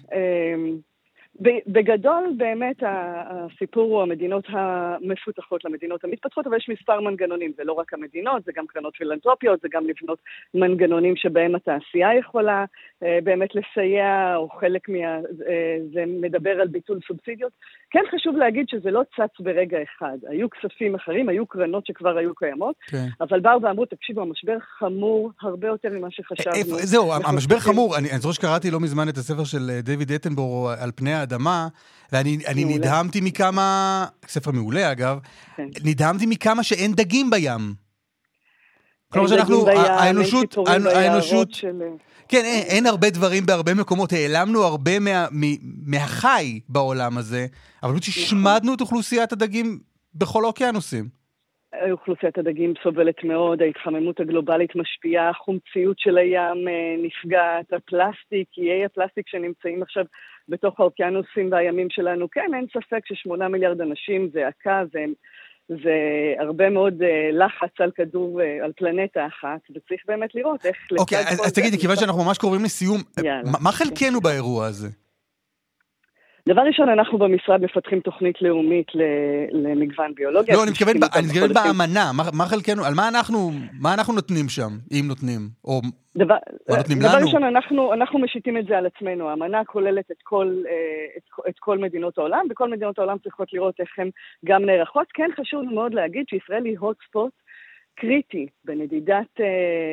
בגדול באמת הסיפור הוא המדינות המפותחות למדינות המתפתחות, אבל יש מספר מנגנונים, זה לא רק המדינות, זה גם קרנות פילנתרופיות, זה גם לבנות מנגנונים שבהם התעשייה יכולה באמת לסייע, או חלק זה מדבר על ביטול סובסידיות. כן חשוב להגיד שזה לא צץ ברגע אחד, היו כספים אחרים, היו קרנות שכבר היו קיימות, אבל באו ואמרו, תקשיבו, המשבר חמור הרבה יותר ממה שחשבנו.
זהו, המשבר חמור, אני זוכר שקראתי לא מזמן את הספר של דיוויד אטנבורו על פני האדמה, ואני נדהמתי מכמה, ספר מעולה אגב, נדהמתי מכמה שאין דגים בים. כלומר שאנחנו, האנושות, כן, אין הרבה דברים בהרבה מקומות, העלמנו הרבה מהחי בעולם הזה, אבל השמדנו את אוכלוסיית הדגים בכל האוקיינוסים.
אוכלוסיית הדגים סובלת מאוד, ההתחממות הגלובלית משפיעה, החומציות של הים נפגעת, הפלסטיק, איי הפלסטיק שנמצאים עכשיו בתוך האוקיינוסים והימים שלנו, כן, אין ספק ש8 מיליארד אנשים זה עקה, זה הרבה מאוד לחץ על כדור, על פלנטה אחת, וצריך באמת לראות איך...
אוקיי, אז תגידי, כיוון שאנחנו ממש קרובים לסיום, מה חלקנו באירוע הזה?
דבר ראשון, אנחנו במשרד מפתחים תוכנית לאומית למגוון ביולוגיה.
לא, אני מתכוון באמנה, מה חלקנו, על מה אנחנו נותנים שם, אם נותנים, או נותנים לנו?
דבר ראשון, אנחנו משיתים את זה על עצמנו, האמנה כוללת את כל מדינות העולם, וכל מדינות העולם צריכות לראות איך הן גם נערכות. כן חשוב מאוד להגיד שישראל היא hot spot, קריטי בנדידת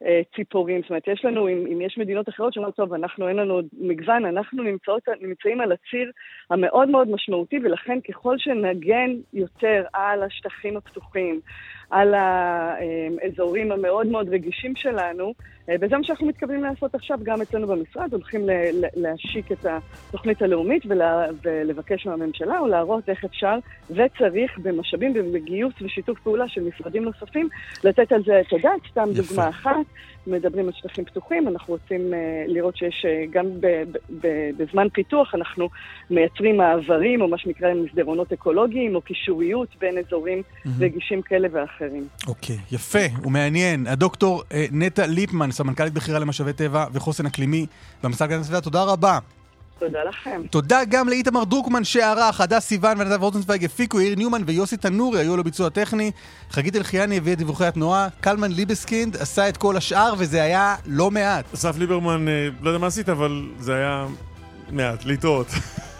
ציפורים. זאת אומרת, יש לנו, אם יש מדינות אחרות שאומרות, טוב, אנחנו אין לנו מגוון, אנחנו נמצאים על הציר המאוד מאוד משמעותי, ולכן ככל שנגן יותר על השטחים הפתוחים, על האזורים המאוד מאוד רגישים שלנו, וזה מה שאנחנו מתכוונים לעשות עכשיו גם אצלנו במשרד, הולכים להשיק את התוכנית הלאומית ולבקש מהממשלה או להראות איך אפשר וצריך במשאבים ובגיוס ושיתוף פעולה של משרדים נוספים לתת על זה את הדעת. סתם דוגמה אחת, מדברים על שטחים פתוחים, אנחנו רוצים לראות שיש גם בזמן פיתוח אנחנו מייצרים מעברים או מה שנקרא מסדרונות אקולוגיים או קישוריות בין אזורים רגישים כאלה ואחרים.
אוקיי, יפה ומעניין. הדוקטור נטע ליפמן, סמנכ"לית בכירה למשאבי טבע וחוסן אקלימי במשרד להגנת הסביבה, תודה רבה.
תודה לכם.
תודה גם לאיתמר דרוקמן שערך, הדס סיוון ונדב רוזנצוויג הפיקו, יאיר ניומן ויוסי תנורי היו לו ביצוע טכני, חגית אלחיאני הביא את דיווחי התנועה, קלמן ליבסקינד עשה את כל השאר וזה היה לא מעט.
אסף ליברמן, לא יודע מה עשית, אבל זה היה מעט, להתראות.